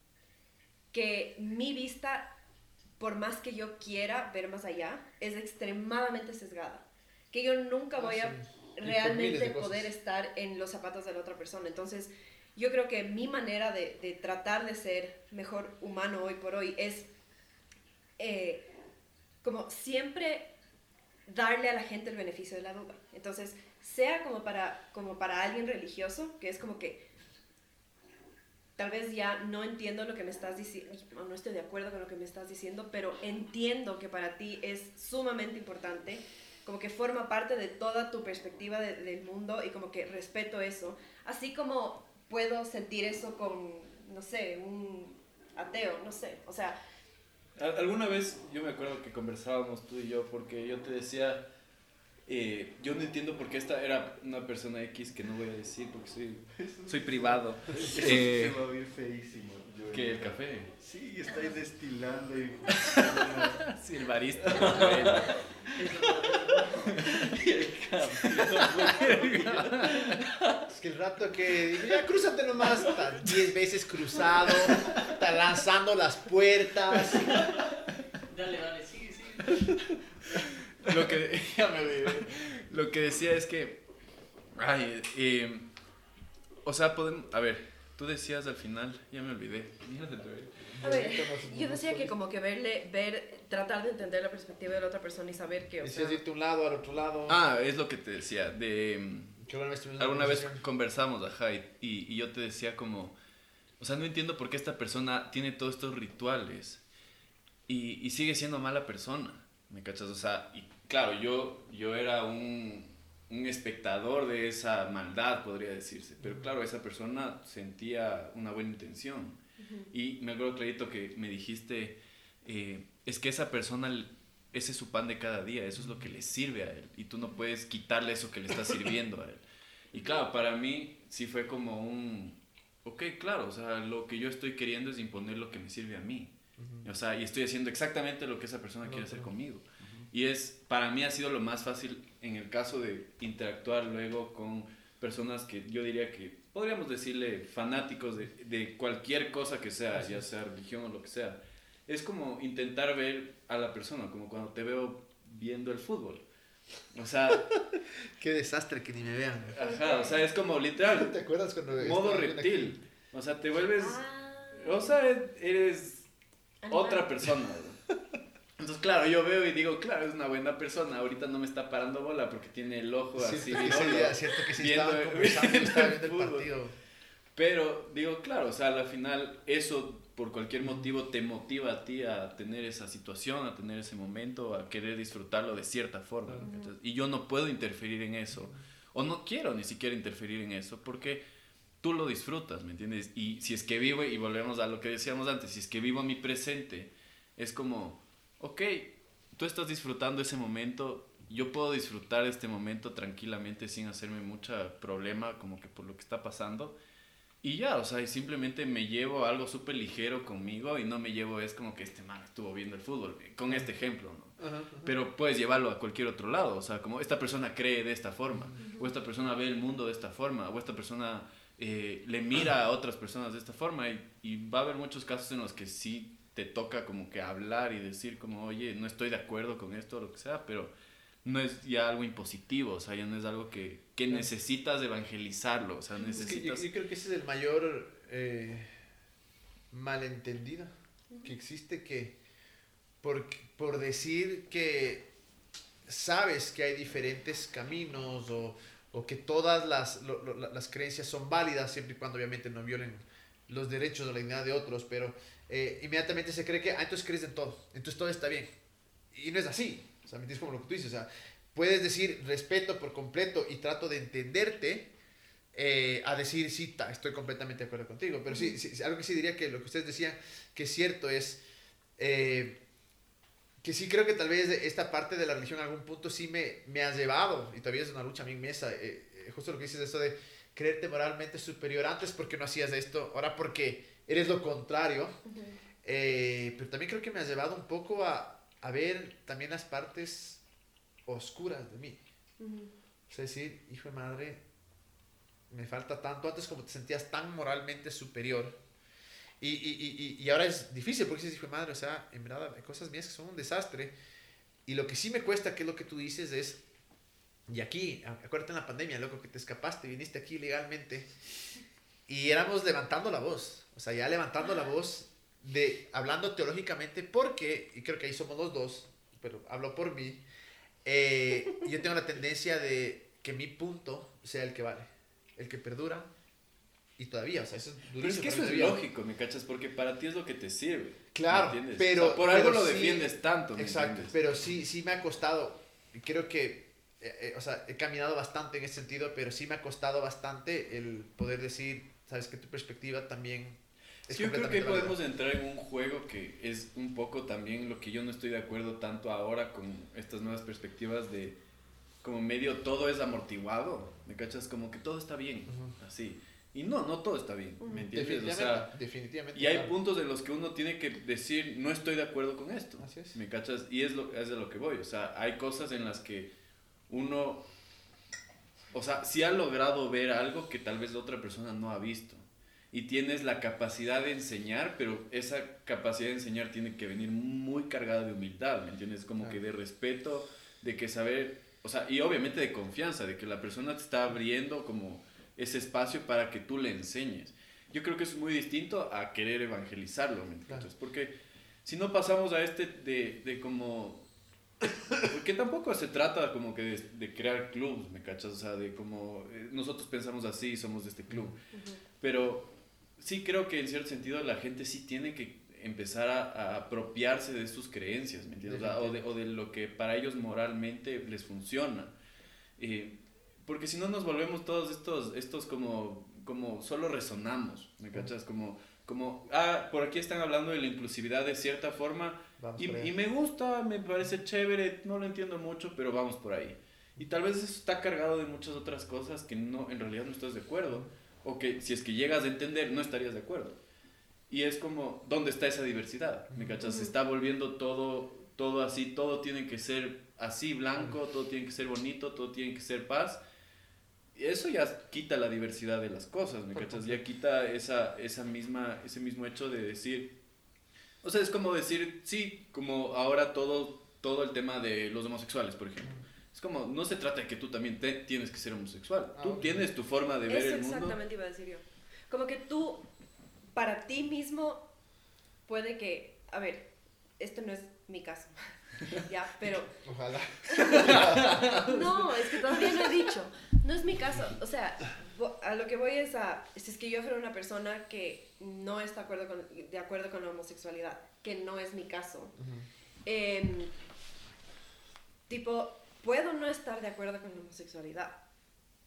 que mi vista, por más que yo quiera ver más allá, es extremadamente sesgada. Que yo nunca voy Ah, a sí. Y por miles realmente de cosas. poder estar en los zapatos de la otra persona. Entonces, yo creo que mi manera de, de tratar de ser mejor humano hoy por hoy es eh, como siempre darle a la gente el beneficio de la duda. Entonces, sea como para, como para alguien religioso, que es como que tal vez ya no entiendo lo que me estás diciendo, o no estoy de acuerdo con lo que me estás diciendo, pero entiendo que para ti es sumamente importante, como que forma parte de toda tu perspectiva de- del mundo y como que respeto eso, así como puedo sentir eso con, no sé, un ateo, no sé, o sea, Al- Alguna vez yo me acuerdo que conversábamos tú y yo porque yo te decía, eh, yo no entiendo por qué esta era una persona X que no voy a decir porque soy, soy privado. Eh, Se va a oír feísimo. Yo- que el café. Sí, está ahí destilando y... Sí, el barista. el café. y el café. Es que el rato que digo, ya crúzate nomás, está diez veces cruzado, está lanzando las puertas. Dale, dale, sigue, sigue. Lo que, ya me olvidé. Lo que decía es que, ay, eh, o sea, podemos, a ver, tú decías al final, ya me olvidé. Mira, te traigo. a ver, yo decía que como que verle, ver, tratar de entender la perspectiva de la otra persona y saber que, o sea, Decías irte a un lado, al otro lado. Ah, es lo que te decía, de... mm, Que alguna vez tuvimos una Alguna vez conversación. conversamos, ajá, y, y, y yo te decía como, o sea, no entiendo por qué esta persona tiene todos estos rituales y, y sigue siendo mala persona, ¿me cachas? O sea, y claro, yo, yo era un, un espectador de esa maldad, podría decirse, pero claro, esa persona sentía una buena intención. Y me acuerdo clarito que me dijiste, eh, es que esa persona, ese es su pan de cada día, eso es lo que le sirve a él, y tú no puedes quitarle eso que le está sirviendo a él. Y claro, para mí sí fue como un, ok, claro, o sea, lo que yo estoy queriendo es imponer lo que me sirve a mí. O sea, y estoy haciendo exactamente lo que esa persona quiere hacer conmigo. Y es, para mí ha sido lo más fácil en el caso de interactuar luego con personas que yo diría que podríamos decirle fanáticos de, de cualquier cosa que sea, ya sea religión o lo que sea. Es como intentar ver a la persona, como cuando te veo viendo el fútbol. O sea, Qué desastre que ni me vean. ajá, o sea, es como literal, ¿Te acuerdas cuando modo estaba bien reptil. aquí? O sea, te vuelves, ah, o sea, eres animal. otra persona. ¿no? Entonces, claro, yo veo y digo, claro, es una buena persona. Ahorita no me está parando bola porque tiene el ojo Sí, así. porque ese vidolo. día, cierto que sí viendo- estaban conversando y viendo estaba el viendo el fútbol. partido. Pero digo, claro, o sea, al final eso por cualquier motivo te motiva a ti a tener esa situación, a tener ese momento, a querer disfrutarlo de cierta forma. ¿no? Entonces, y yo no puedo interferir en eso, o no quiero ni siquiera interferir en eso, porque tú lo disfrutas, ¿me entiendes? Y si es que vivo, y volvemos a lo que decíamos antes, si es que vivo mi presente, es como, ok, tú estás disfrutando ese momento, yo puedo disfrutar este momento tranquilamente sin hacerme mucho problema como que por lo que está pasando. Y ya, o sea, y simplemente me llevo algo súper ligero conmigo y no me llevo, es como que este man estuvo viendo el fútbol, con este ejemplo, ¿no? Ajá, ajá. Pero puedes llevarlo a cualquier otro lado, o sea, como esta persona cree de esta forma, Ujú. o esta persona ve el mundo de esta forma, o esta persona eh, le mira a otras personas de esta forma, y, y va a haber muchos casos en los que sí te toca como que hablar y decir como, oye, no estoy de acuerdo con esto o lo que sea, pero no es ya algo impositivo, o sea, ya no es algo que, que necesitas evangelizarlo, o sea, Es que yo, necesitas... yo creo que ese es el mayor eh, malentendido que existe, que por, por decir que sabes que hay diferentes caminos o, o que todas las, lo, lo, las creencias son válidas siempre y cuando obviamente no violen los derechos o la dignidad de otros, pero eh, inmediatamente se cree que, ah, entonces crees en todo, entonces todo está bien. Y no es así, o sea, ¿me entiendes? Como lo que tú dices, o sea, puedes decir respeto por completo y trato de entenderte, eh, a decir, sí, ta, estoy completamente de acuerdo contigo, pero sí, sí, algo que sí diría que lo que ustedes decían que es cierto es... Eh, que sí creo que tal vez esta parte de la religión en algún punto sí me, me ha llevado, y todavía es una lucha a mí inmensa, eh, eh, justo lo que dices, eso de creerte moralmente superior, antes porque no hacías esto, ahora porque eres lo contrario, Ujú. eh, pero también creo que me ha llevado un poco a, a ver también las partes oscuras de mí, Ujú. o sea, decir, hijo de madre, me falta tanto, antes como te sentías tan moralmente superior, Y, y, y, y ahora es difícil porque dices, hijo de madre, o sea, en verdad hay cosas mías que son un desastre. Y lo que sí me cuesta, que es lo que tú dices, es, y aquí, acuérdate en la pandemia, loco, que te escapaste, viniste aquí legalmente, y éramos levantando la voz, o sea, ya levantando la voz, de hablando teológicamente, porque, y creo que ahí somos los dos, pero hablo por mí, eh, yo tengo la tendencia de que mi punto sea el que vale, el que perdura. Y todavía, o sea, eso es durísimo. Pero es que eso es todavía. lógico, ¿me cachas? Porque para ti es lo que te sirve. Claro, ¿me entiendes? pero... O sea, por algo pero lo sí, defiendes tanto, ¿me exacto, entiendes? pero sí, sí me ha costado, y creo que, eh, eh, o sea, he caminado bastante en ese sentido, pero sí me ha costado bastante el poder decir, sabes que tu perspectiva también es Yo creo que completamente válida. podemos entrar en un juego que es un poco también lo que yo no estoy de acuerdo tanto ahora con estas nuevas perspectivas de como medio todo es amortiguado, ¿me cachas? Como que todo está bien, Ujú. así. Y no, no todo está bien, ¿me entiendes? O Definitivamente, sea, definitivamente. y hay claro. puntos en los que uno tiene que decir, no estoy de acuerdo con esto. Así es. ¿Me cachas? Y es, lo, es de lo que voy. O sea, hay cosas en las que uno, o sea, sí ha logrado ver algo que tal vez la otra persona no ha visto. Y tienes la capacidad de enseñar, pero esa capacidad de enseñar tiene que venir muy cargada de humildad, ¿me entiendes? Como Claro. que de respeto, de que saber, o sea, y obviamente de confianza, de que la persona te está abriendo como ese espacio para que tú le enseñes. Yo creo que eso es muy distinto a querer evangelizarlo, ¿me entiendes? Claro. Porque si no pasamos a este de, de como... Porque tampoco se trata como que de, de crear clubs, ¿me cachas? O sea, de como... eh, nosotros pensamos así, somos de este club. Ujú. Pero sí creo que en cierto sentido la gente sí tiene que empezar a, a apropiarse de sus creencias, ¿me entiendes? O, sea, o, de, o de lo que para ellos moralmente les funciona. Eh, porque si no nos volvemos todos estos, estos como, como solo resonamos, ¿me cachas? Como, como, ah, por aquí están hablando de la inclusividad de cierta forma Vamos y, por ahí. y me gusta, me parece chévere, no lo entiendo mucho, pero vamos por ahí. Y tal vez eso está cargado de muchas otras cosas que no, en realidad no estás de acuerdo, o que si es que llegas a entender no estarías de acuerdo. Y es como, ¿dónde está esa diversidad? ¿Me cachas? Se está volviendo todo, todo así, todo tiene que ser así blanco, todo tiene que ser bonito, todo tiene que ser paz. Y eso ya quita la diversidad de las cosas, ¿me Por cachas? completo. Ya quita esa, esa misma, ese mismo hecho de decir... O sea, es como decir, sí, como ahora todo, todo el tema de los homosexuales, por ejemplo. Es como, no se trata de que tú también te, tienes que ser homosexual. Ah, Tú ok. tienes tu forma de ver Eso el mundo. exactamente iba a decir yo. Como que tú, para ti mismo, puede que, a ver, esto no es mi caso, ya, pero Ojalá. no, es que todavía no he dicho, no es mi caso, o sea, vo- a lo que voy es a, si es que yo fuera una persona que no está de acuerdo con, de acuerdo con la homosexualidad, que no es mi caso, Ujú. em, tipo, puedo no estar de acuerdo con la homosexualidad,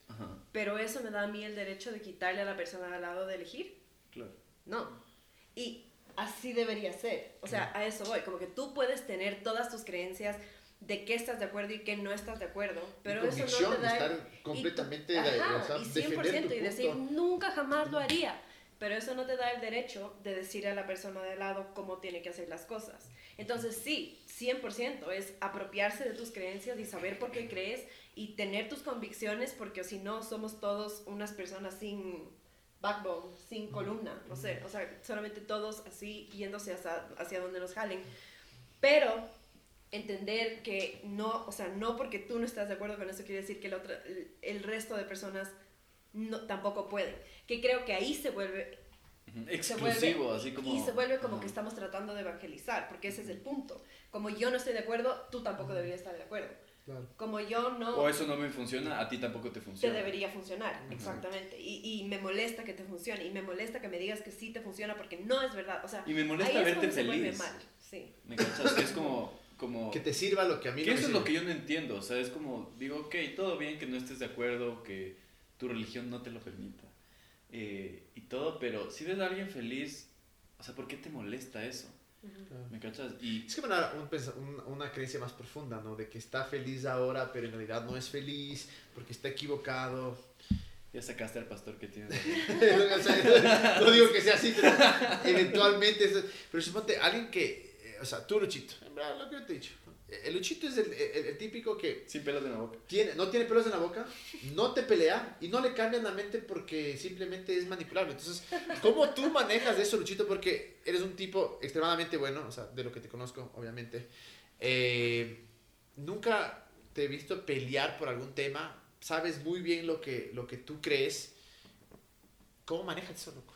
Ajá, pero eso me da a mí el derecho de quitarle a la persona de al lado de elegir. claro. No. Y así debería ser. O sea, a eso voy. Como que tú puedes tener todas tus creencias de qué estás de acuerdo y qué no estás de acuerdo, pero Y eso convicción, no te da... estar completamente y, de- ajá, o sea, y cien por defender ciento tu y decir, punto. nunca jamás lo haría. Pero eso no te da el derecho de decirle a la persona de al lado cómo tiene que hacer las cosas. Entonces sí, cien por ciento es apropiarse de tus creencias y saber por qué crees y tener tus convicciones, porque si no somos todos unas personas sin backbone, sin columna, no sé, o sea, solamente todos así yéndose hacia, hacia donde nos jalen. Pero entender que no, o sea, no porque tú no estás de acuerdo con eso quiere decir que el, otro, el, el resto de personas no, tampoco pueden. Que creo que ahí se vuelve... Ujú, se exclusivo, vuelve- así como... Y se vuelve como Ajá. que estamos tratando de evangelizar, porque ese es el punto. Como yo no estoy de acuerdo, tú tampoco deberías estar de acuerdo. Claro. Como yo no... O eso no me funciona, a ti tampoco te te funciona. debería funcionar, exactamente. Y, y me molesta que te funcione, y me molesta que me digas que sí te funciona, porque no es verdad. O sea, Y me molesta ahí es verte donde se vuelve feliz. mal, sí. ¿Me cachas? Que es como... como... Que te sirva lo que a mí Que no me eso es lo sirve. que yo no entiendo, o sea, es como, digo, ok, todo bien que no estés de acuerdo, que tu religión no te lo permita, eh, y todo, pero si ves a alguien feliz, o sea, ¿por qué te molesta eso? Claro. ¿Me cachas? Y Es como una, un pensa- un- una creencia más profunda, ¿no? De que está feliz ahora, pero en realidad no es feliz, porque está equivocado. ya sacaste al pastor que tienes. O sea, no digo que sea así, pero eventualmente... es- pero suponte, alguien que... eh, O sea, tú, Luchito, en verdad, lo que yo te he dicho. El Luchito es el, el- el típico que Sin pelos en la boca. tiene, no tiene pelos en la boca, no te pelea y no le cambian la mente porque simplemente es manipulable. Entonces, ¿cómo tú manejas eso, Luchito? Porque eres un tipo extremadamente bueno, o sea, de lo que te conozco, obviamente. Eh, nunca te he visto pelear por algún tema, sabes muy bien lo que, lo que tú crees. ¿Cómo manejas eso, loco?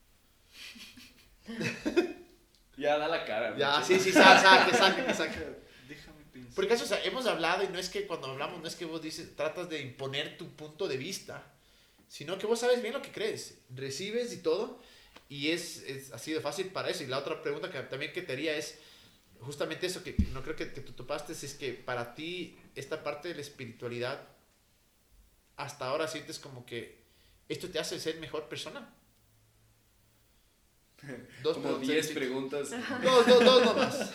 Ya, da la cara. Ya, muchacho. sí, sí, saca, saca, saca, que saca. Déjame pensar. Porque eso, o sea, hemos hablado y no es que cuando hablamos, no es que vos dices, tratas de imponer tu punto de vista, sino que vos sabes bien lo que crees, recibes y todo, y es, es así de fácil para eso. Y la otra pregunta que también que te haría es justamente eso, que no creo que, que tú topaste, es que para ti esta parte de la espiritualidad, hasta ahora sientes como que esto te hace ser mejor persona. Dos Como preguntas diez distintas. preguntas. Dos, dos, dos nomás.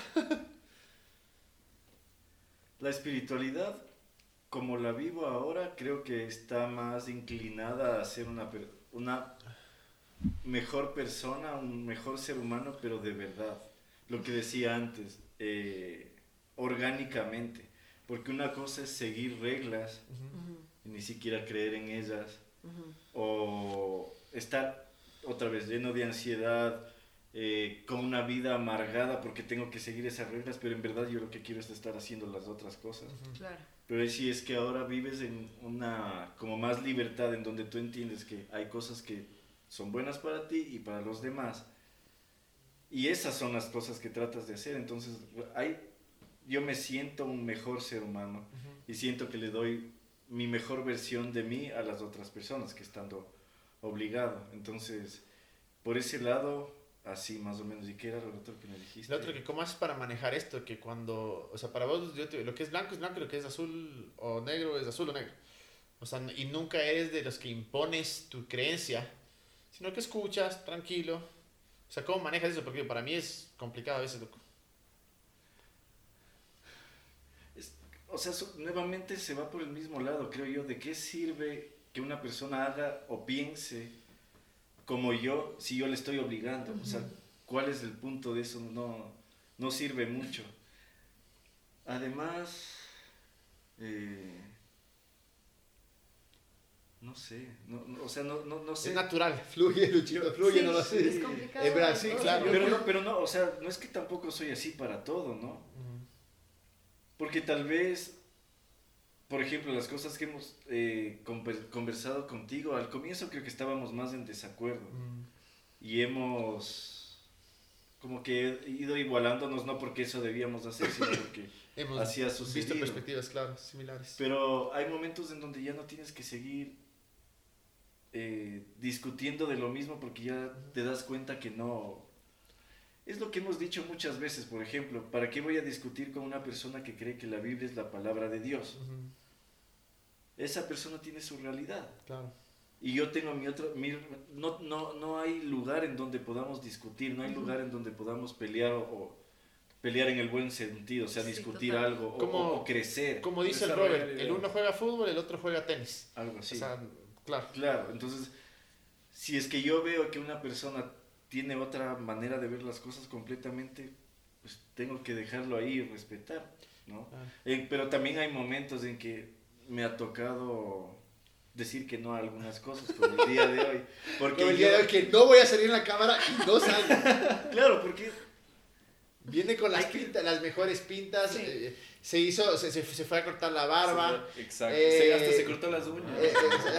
La espiritualidad, como la vivo ahora, creo que está más inclinada a ser una, per- una mejor persona, un mejor ser humano, pero de verdad. Lo que decía antes, eh, orgánicamente. Porque una cosa es seguir reglas y ni siquiera creer en ellas. O estar otra vez lleno de ansiedad, eh, con una vida amargada porque tengo que seguir esas reglas, pero en verdad yo lo que quiero es estar haciendo las otras cosas. Claro. Pero si es que ahora vives en una como más libertad, en donde tú entiendes que hay cosas que son buenas para ti y para los demás, y esas son las cosas que tratas de hacer, entonces hay, yo me siento un mejor ser humano y siento que le doy mi mejor versión de mí a las otras personas que estando obligado. Entonces, por ese lado, así más o menos. ¿Y qué era lo otro que me dijiste? Lo otro que cómo haces para manejar esto, que cuando, o sea, para vos yo te- lo que es blanco es blanco y lo que es azul o negro es azul o negro. O sea, y nunca eres de los que impones tu creencia, sino que escuchas tranquilo. O sea, ¿cómo manejas eso? Porque para mí es complicado a veces, loco. Es- o sea, so- nuevamente se va por el mismo lado, creo yo. ¿De qué sirve que una persona haga o piense como yo si yo le estoy obligando? O sea, ¿cuál es el punto de eso? No, no sirve mucho. Además, eh, no sé, no, no, o sea, no, no, no sé. Es natural, fluye, Luchito, fluye, Sí, no lo sé. es complicado. Es verdad, sí, ¿no? claro. Yo- Pero no, pero no, o sea, no es que tampoco soy así para todo, ¿no? Porque tal vez, por ejemplo, las cosas que hemos eh, conver- conversado contigo, al comienzo creo que estábamos más en desacuerdo. Y hemos como que ido igualándonos, no porque eso debíamos hacer, sino porque Hemos así ha visto sucedido. perspectivas, claro, similares. Pero hay momentos en donde ya no tienes que seguir eh, discutiendo de lo mismo porque ya te das cuenta que no... Es lo que hemos dicho muchas veces, por ejemplo, ¿para qué voy a discutir con una persona que cree que la Biblia es la palabra de Dios? Ujú. esa persona tiene su realidad. Claro. Y yo tengo mi otro, mi, no, no, no hay lugar en donde podamos discutir, no hay uh-huh. lugar en donde podamos pelear o, o pelear en el buen sentido, o sea, sí, discutir total. algo o, como, o crecer. Como dice el Robert, realidad. El uno juega fútbol, el otro juega tenis. Algo así. O sea, claro. Claro, entonces, si es que yo veo que una persona tiene otra manera de ver las cosas completamente, pues tengo que dejarlo ahí y respetar, ¿no? Ah. Eh, pero también hay momentos en que me ha tocado decir que no a algunas cosas, como el día de hoy. Porque como el día yo... de hoy, que no voy a salir en la cámara y no salgo. Claro, porque... Viene con las pintas, las mejores pintas, sí. eh, se hizo, se, se, se fue a cortar la barba. Sí, exacto, eh, se, hasta se cortó las uñas. Eh,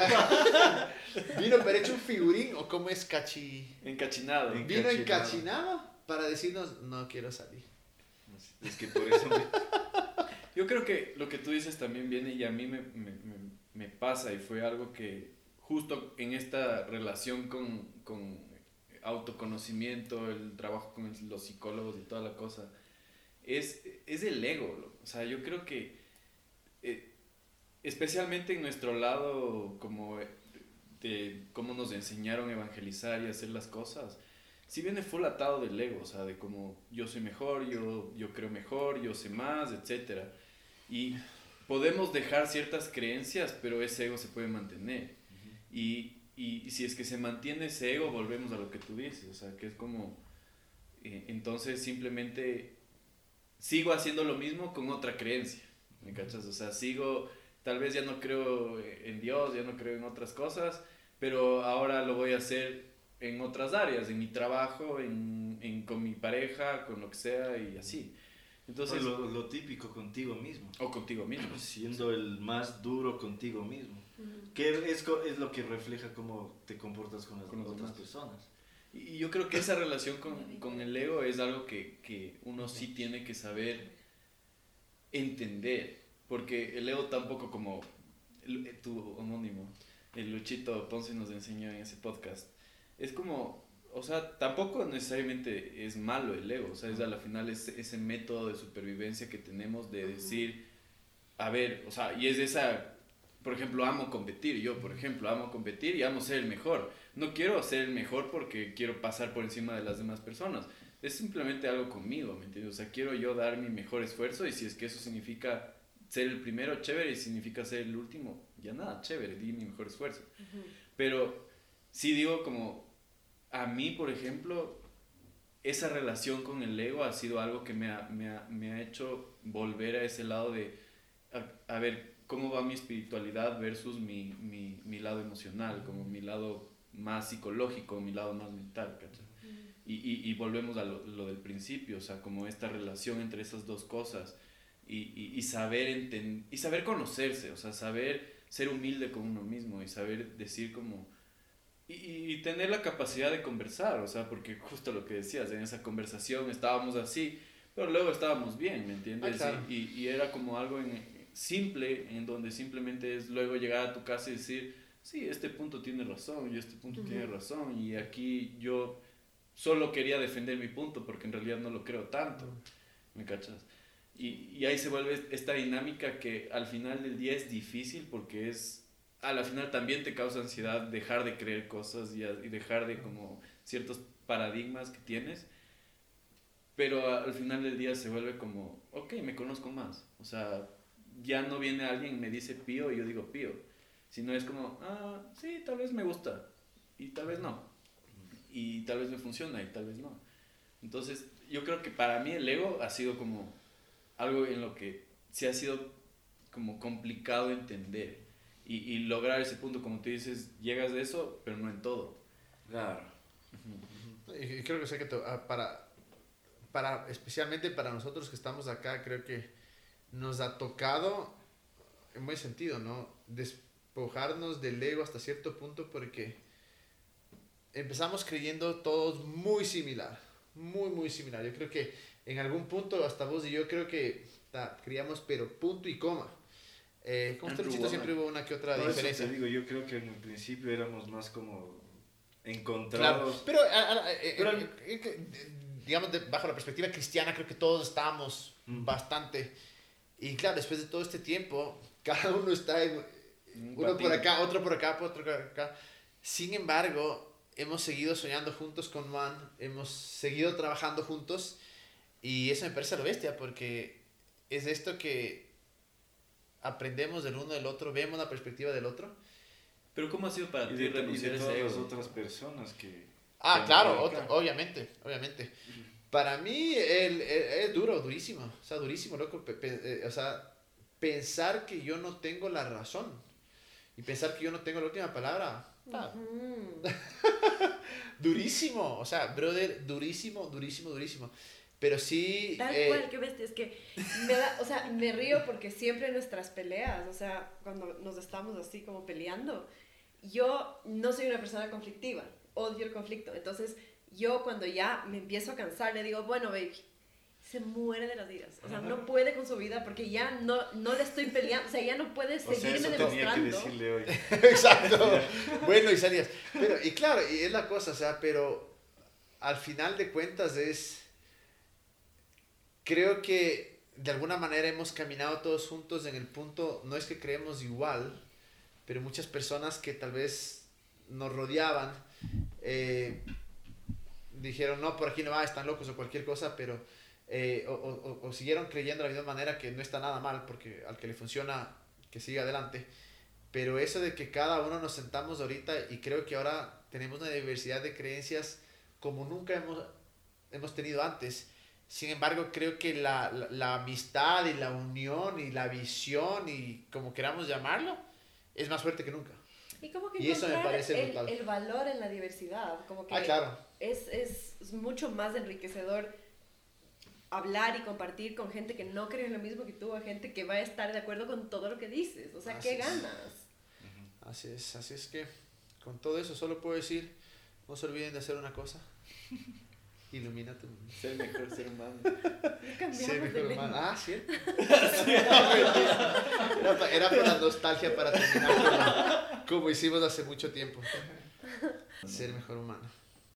eh, vino pero hecho un figurín, o cómo es cachi... Encachinado. Vino encachinado para decirnos, no quiero salir. Es que por eso... Me... Yo creo que lo que tú dices también viene y a mí me, me, me, me pasa y fue algo que justo en esta relación con, con autoconocimiento, el trabajo con el, los psicólogos y toda la cosa, es, es el ego. O sea, yo creo que eh, especialmente en nuestro lado como de cómo nos enseñaron a evangelizar y hacer las cosas, si viene full atado del ego, o sea, de como yo soy mejor, yo, yo creo mejor, yo sé más, etcétera. Y podemos dejar ciertas creencias, pero ese ego se puede mantener. Uh-huh. Y, y, y si es que se mantiene ese ego, volvemos a lo que tú dices, o sea, que es como, eh, entonces simplemente sigo haciendo lo mismo con otra creencia, ¿me cachas? O sea, sigo, tal vez ya no creo en Dios, ya no creo en otras cosas, pero ahora lo voy a hacer en otras áreas, en mi trabajo, en, en, con mi pareja, con lo que sea y así. Entonces, lo, lo típico contigo mismo. O contigo mismo. Siendo el más duro contigo mismo. Uh-huh. Que es, es lo que refleja cómo te comportas con las con otras demás. personas. Y yo creo que esa relación con, con el ego es algo que, que uno sí tiene que saber entender. Porque el ego tampoco, como el, tu homónimo, el Luchito Ponce nos enseñó en ese podcast, es como... O sea, tampoco necesariamente es malo el ego, o sea, es a la final es ese método de supervivencia que tenemos de decir, a ver, o sea, y es esa, por ejemplo, amo competir, yo por ejemplo amo competir y amo ser el mejor, no quiero ser el mejor porque quiero pasar por encima de las demás personas, es simplemente algo conmigo, ¿me entiendes? O sea, quiero yo dar mi mejor esfuerzo y si es que eso significa ser el primero, chévere, y significa ser el último, ya nada, chévere, di mi mejor esfuerzo, uh-huh. Pero sí digo como... A mí, por ejemplo, esa relación con el ego ha sido algo que me ha, me ha, me ha hecho volver a ese lado de, a, a ver, cómo va mi espiritualidad versus mi, mi, mi lado emocional, como mi lado más psicológico, mi lado más mental, ¿cachai? Y, y, y volvemos a lo, lo del principio, o sea, como esta relación entre esas dos cosas y, y, y, saber enten- y saber conocerse, o sea, saber ser humilde con uno mismo y saber decir como... Y, y tener la capacidad de conversar, o sea, porque justo lo que decías, en esa conversación estábamos así, pero luego estábamos bien, ¿me entiendes? Ah, claro. y, y, y era como algo en, simple, en donde simplemente es luego llegar a tu casa y decir, sí, este punto tiene razón, y este punto uh-huh. tiene razón, y aquí yo solo quería defender mi punto, porque en realidad no lo creo tanto, ¿me cachas? Y, y ahí se vuelve esta dinámica que al final del día es difícil, porque es... a la final también te causa ansiedad dejar de creer cosas y, a, y dejar de como ciertos paradigmas que tienes, pero a, al final del día se vuelve como, ok, me conozco más, o sea, ya no viene alguien y me dice pío y yo digo pío, sino es como, ah, sí, tal vez me gusta y tal vez no, y tal vez me funciona y tal vez no. Entonces yo creo que para mí el ego ha sido como algo en lo que sí ha sido como complicado entender. Y, y lograr ese punto, como tú dices, llegas de eso, pero no en todo. Claro. Uh-huh. Y creo que sé que to, para, para, especialmente para nosotros que estamos acá, creo que nos ha tocado, en buen sentido, ¿no? Despojarnos del ego hasta cierto punto porque empezamos creyendo todos muy similar, muy, muy similar. Yo creo que en algún punto, hasta vos y yo, creo que ta, criamos, pero punto y coma. Eh, con este Luchito siempre hubo una que otra no, diferencia. Eso te digo, yo creo que en el principio éramos más como encontrados. Claro, pero, a, a, eh, pero eh, eh, digamos, de, bajo la perspectiva cristiana, creo que todos estábamos mm. bastante. Y claro, después de todo este tiempo, cada uno está en, Un uno patín. por acá, otro por acá, otro por acá. Sin embargo, hemos seguido soñando juntos con Man, hemos seguido trabajando juntos y eso me parece lo bestia porque es esto que aprendemos del uno del otro, vemos la perspectiva del otro. Pero ¿cómo ha sido para Y ti de, y renunciar de a todas ese las ego? otras personas que... Ah, que claro, han otra- obviamente, obviamente. Para mí el- el- es duro, durísimo, o sea, durísimo, loco, pe- pe- eh, o sea, pensar que yo no tengo la razón y pensar que yo no tengo la última palabra, ah, Ujú. durísimo, o sea, brother, durísimo, durísimo, durísimo. Pero sí, Tal eh, cual, qué bestia, es que me da, o sea, me río porque siempre en nuestras peleas, o sea, cuando nos estamos así como peleando, yo no soy una persona conflictiva, odio el conflicto, entonces yo cuando ya me empiezo a cansar le digo, bueno, baby, se muere de las iras, o sea, no puede con su vida porque ya no, no le estoy peleando, o sea, ya no puede O sea, seguirme eso tenía que demostrando. decirle hoy. exacto, bueno, y salías, pero, y claro, y es la cosa, o sea, pero al final de cuentas es, creo que de alguna manera hemos caminado todos juntos en el punto, no es que creemos igual, pero muchas personas que tal vez nos rodeaban eh, dijeron, no, por aquí no va, están locos o cualquier cosa, pero eh, o, o, o siguieron creyendo de la misma manera que no está nada mal, porque al que le funciona, que siga adelante. Pero eso de que cada uno nos sentamos ahorita y creo que ahora tenemos una diversidad de creencias como nunca hemos, hemos tenido antes. Sin embargo, creo que la, la, la amistad y la unión y la visión y como queramos llamarlo, es más fuerte que nunca. Y como que Y eso me encontrar parece el, brutal. el valor en la diversidad, como que Ah, claro. es, es, es mucho más enriquecedor hablar y compartir con gente que no cree en lo mismo que tú, a gente que va a estar de acuerdo con todo lo que dices, o sea, Así ¿qué es. ganas? Así es, así es que con todo eso solo puedo decir, no se olviden de hacer una cosa. Ilumina tu mundo. Ser mejor ser humano. Ya cambiamos Ser de mejor lema. humano. Ah, ¿cierto? era, pa- era por la nostalgia para terminar como, como hicimos hace mucho tiempo. Ser mejor humano.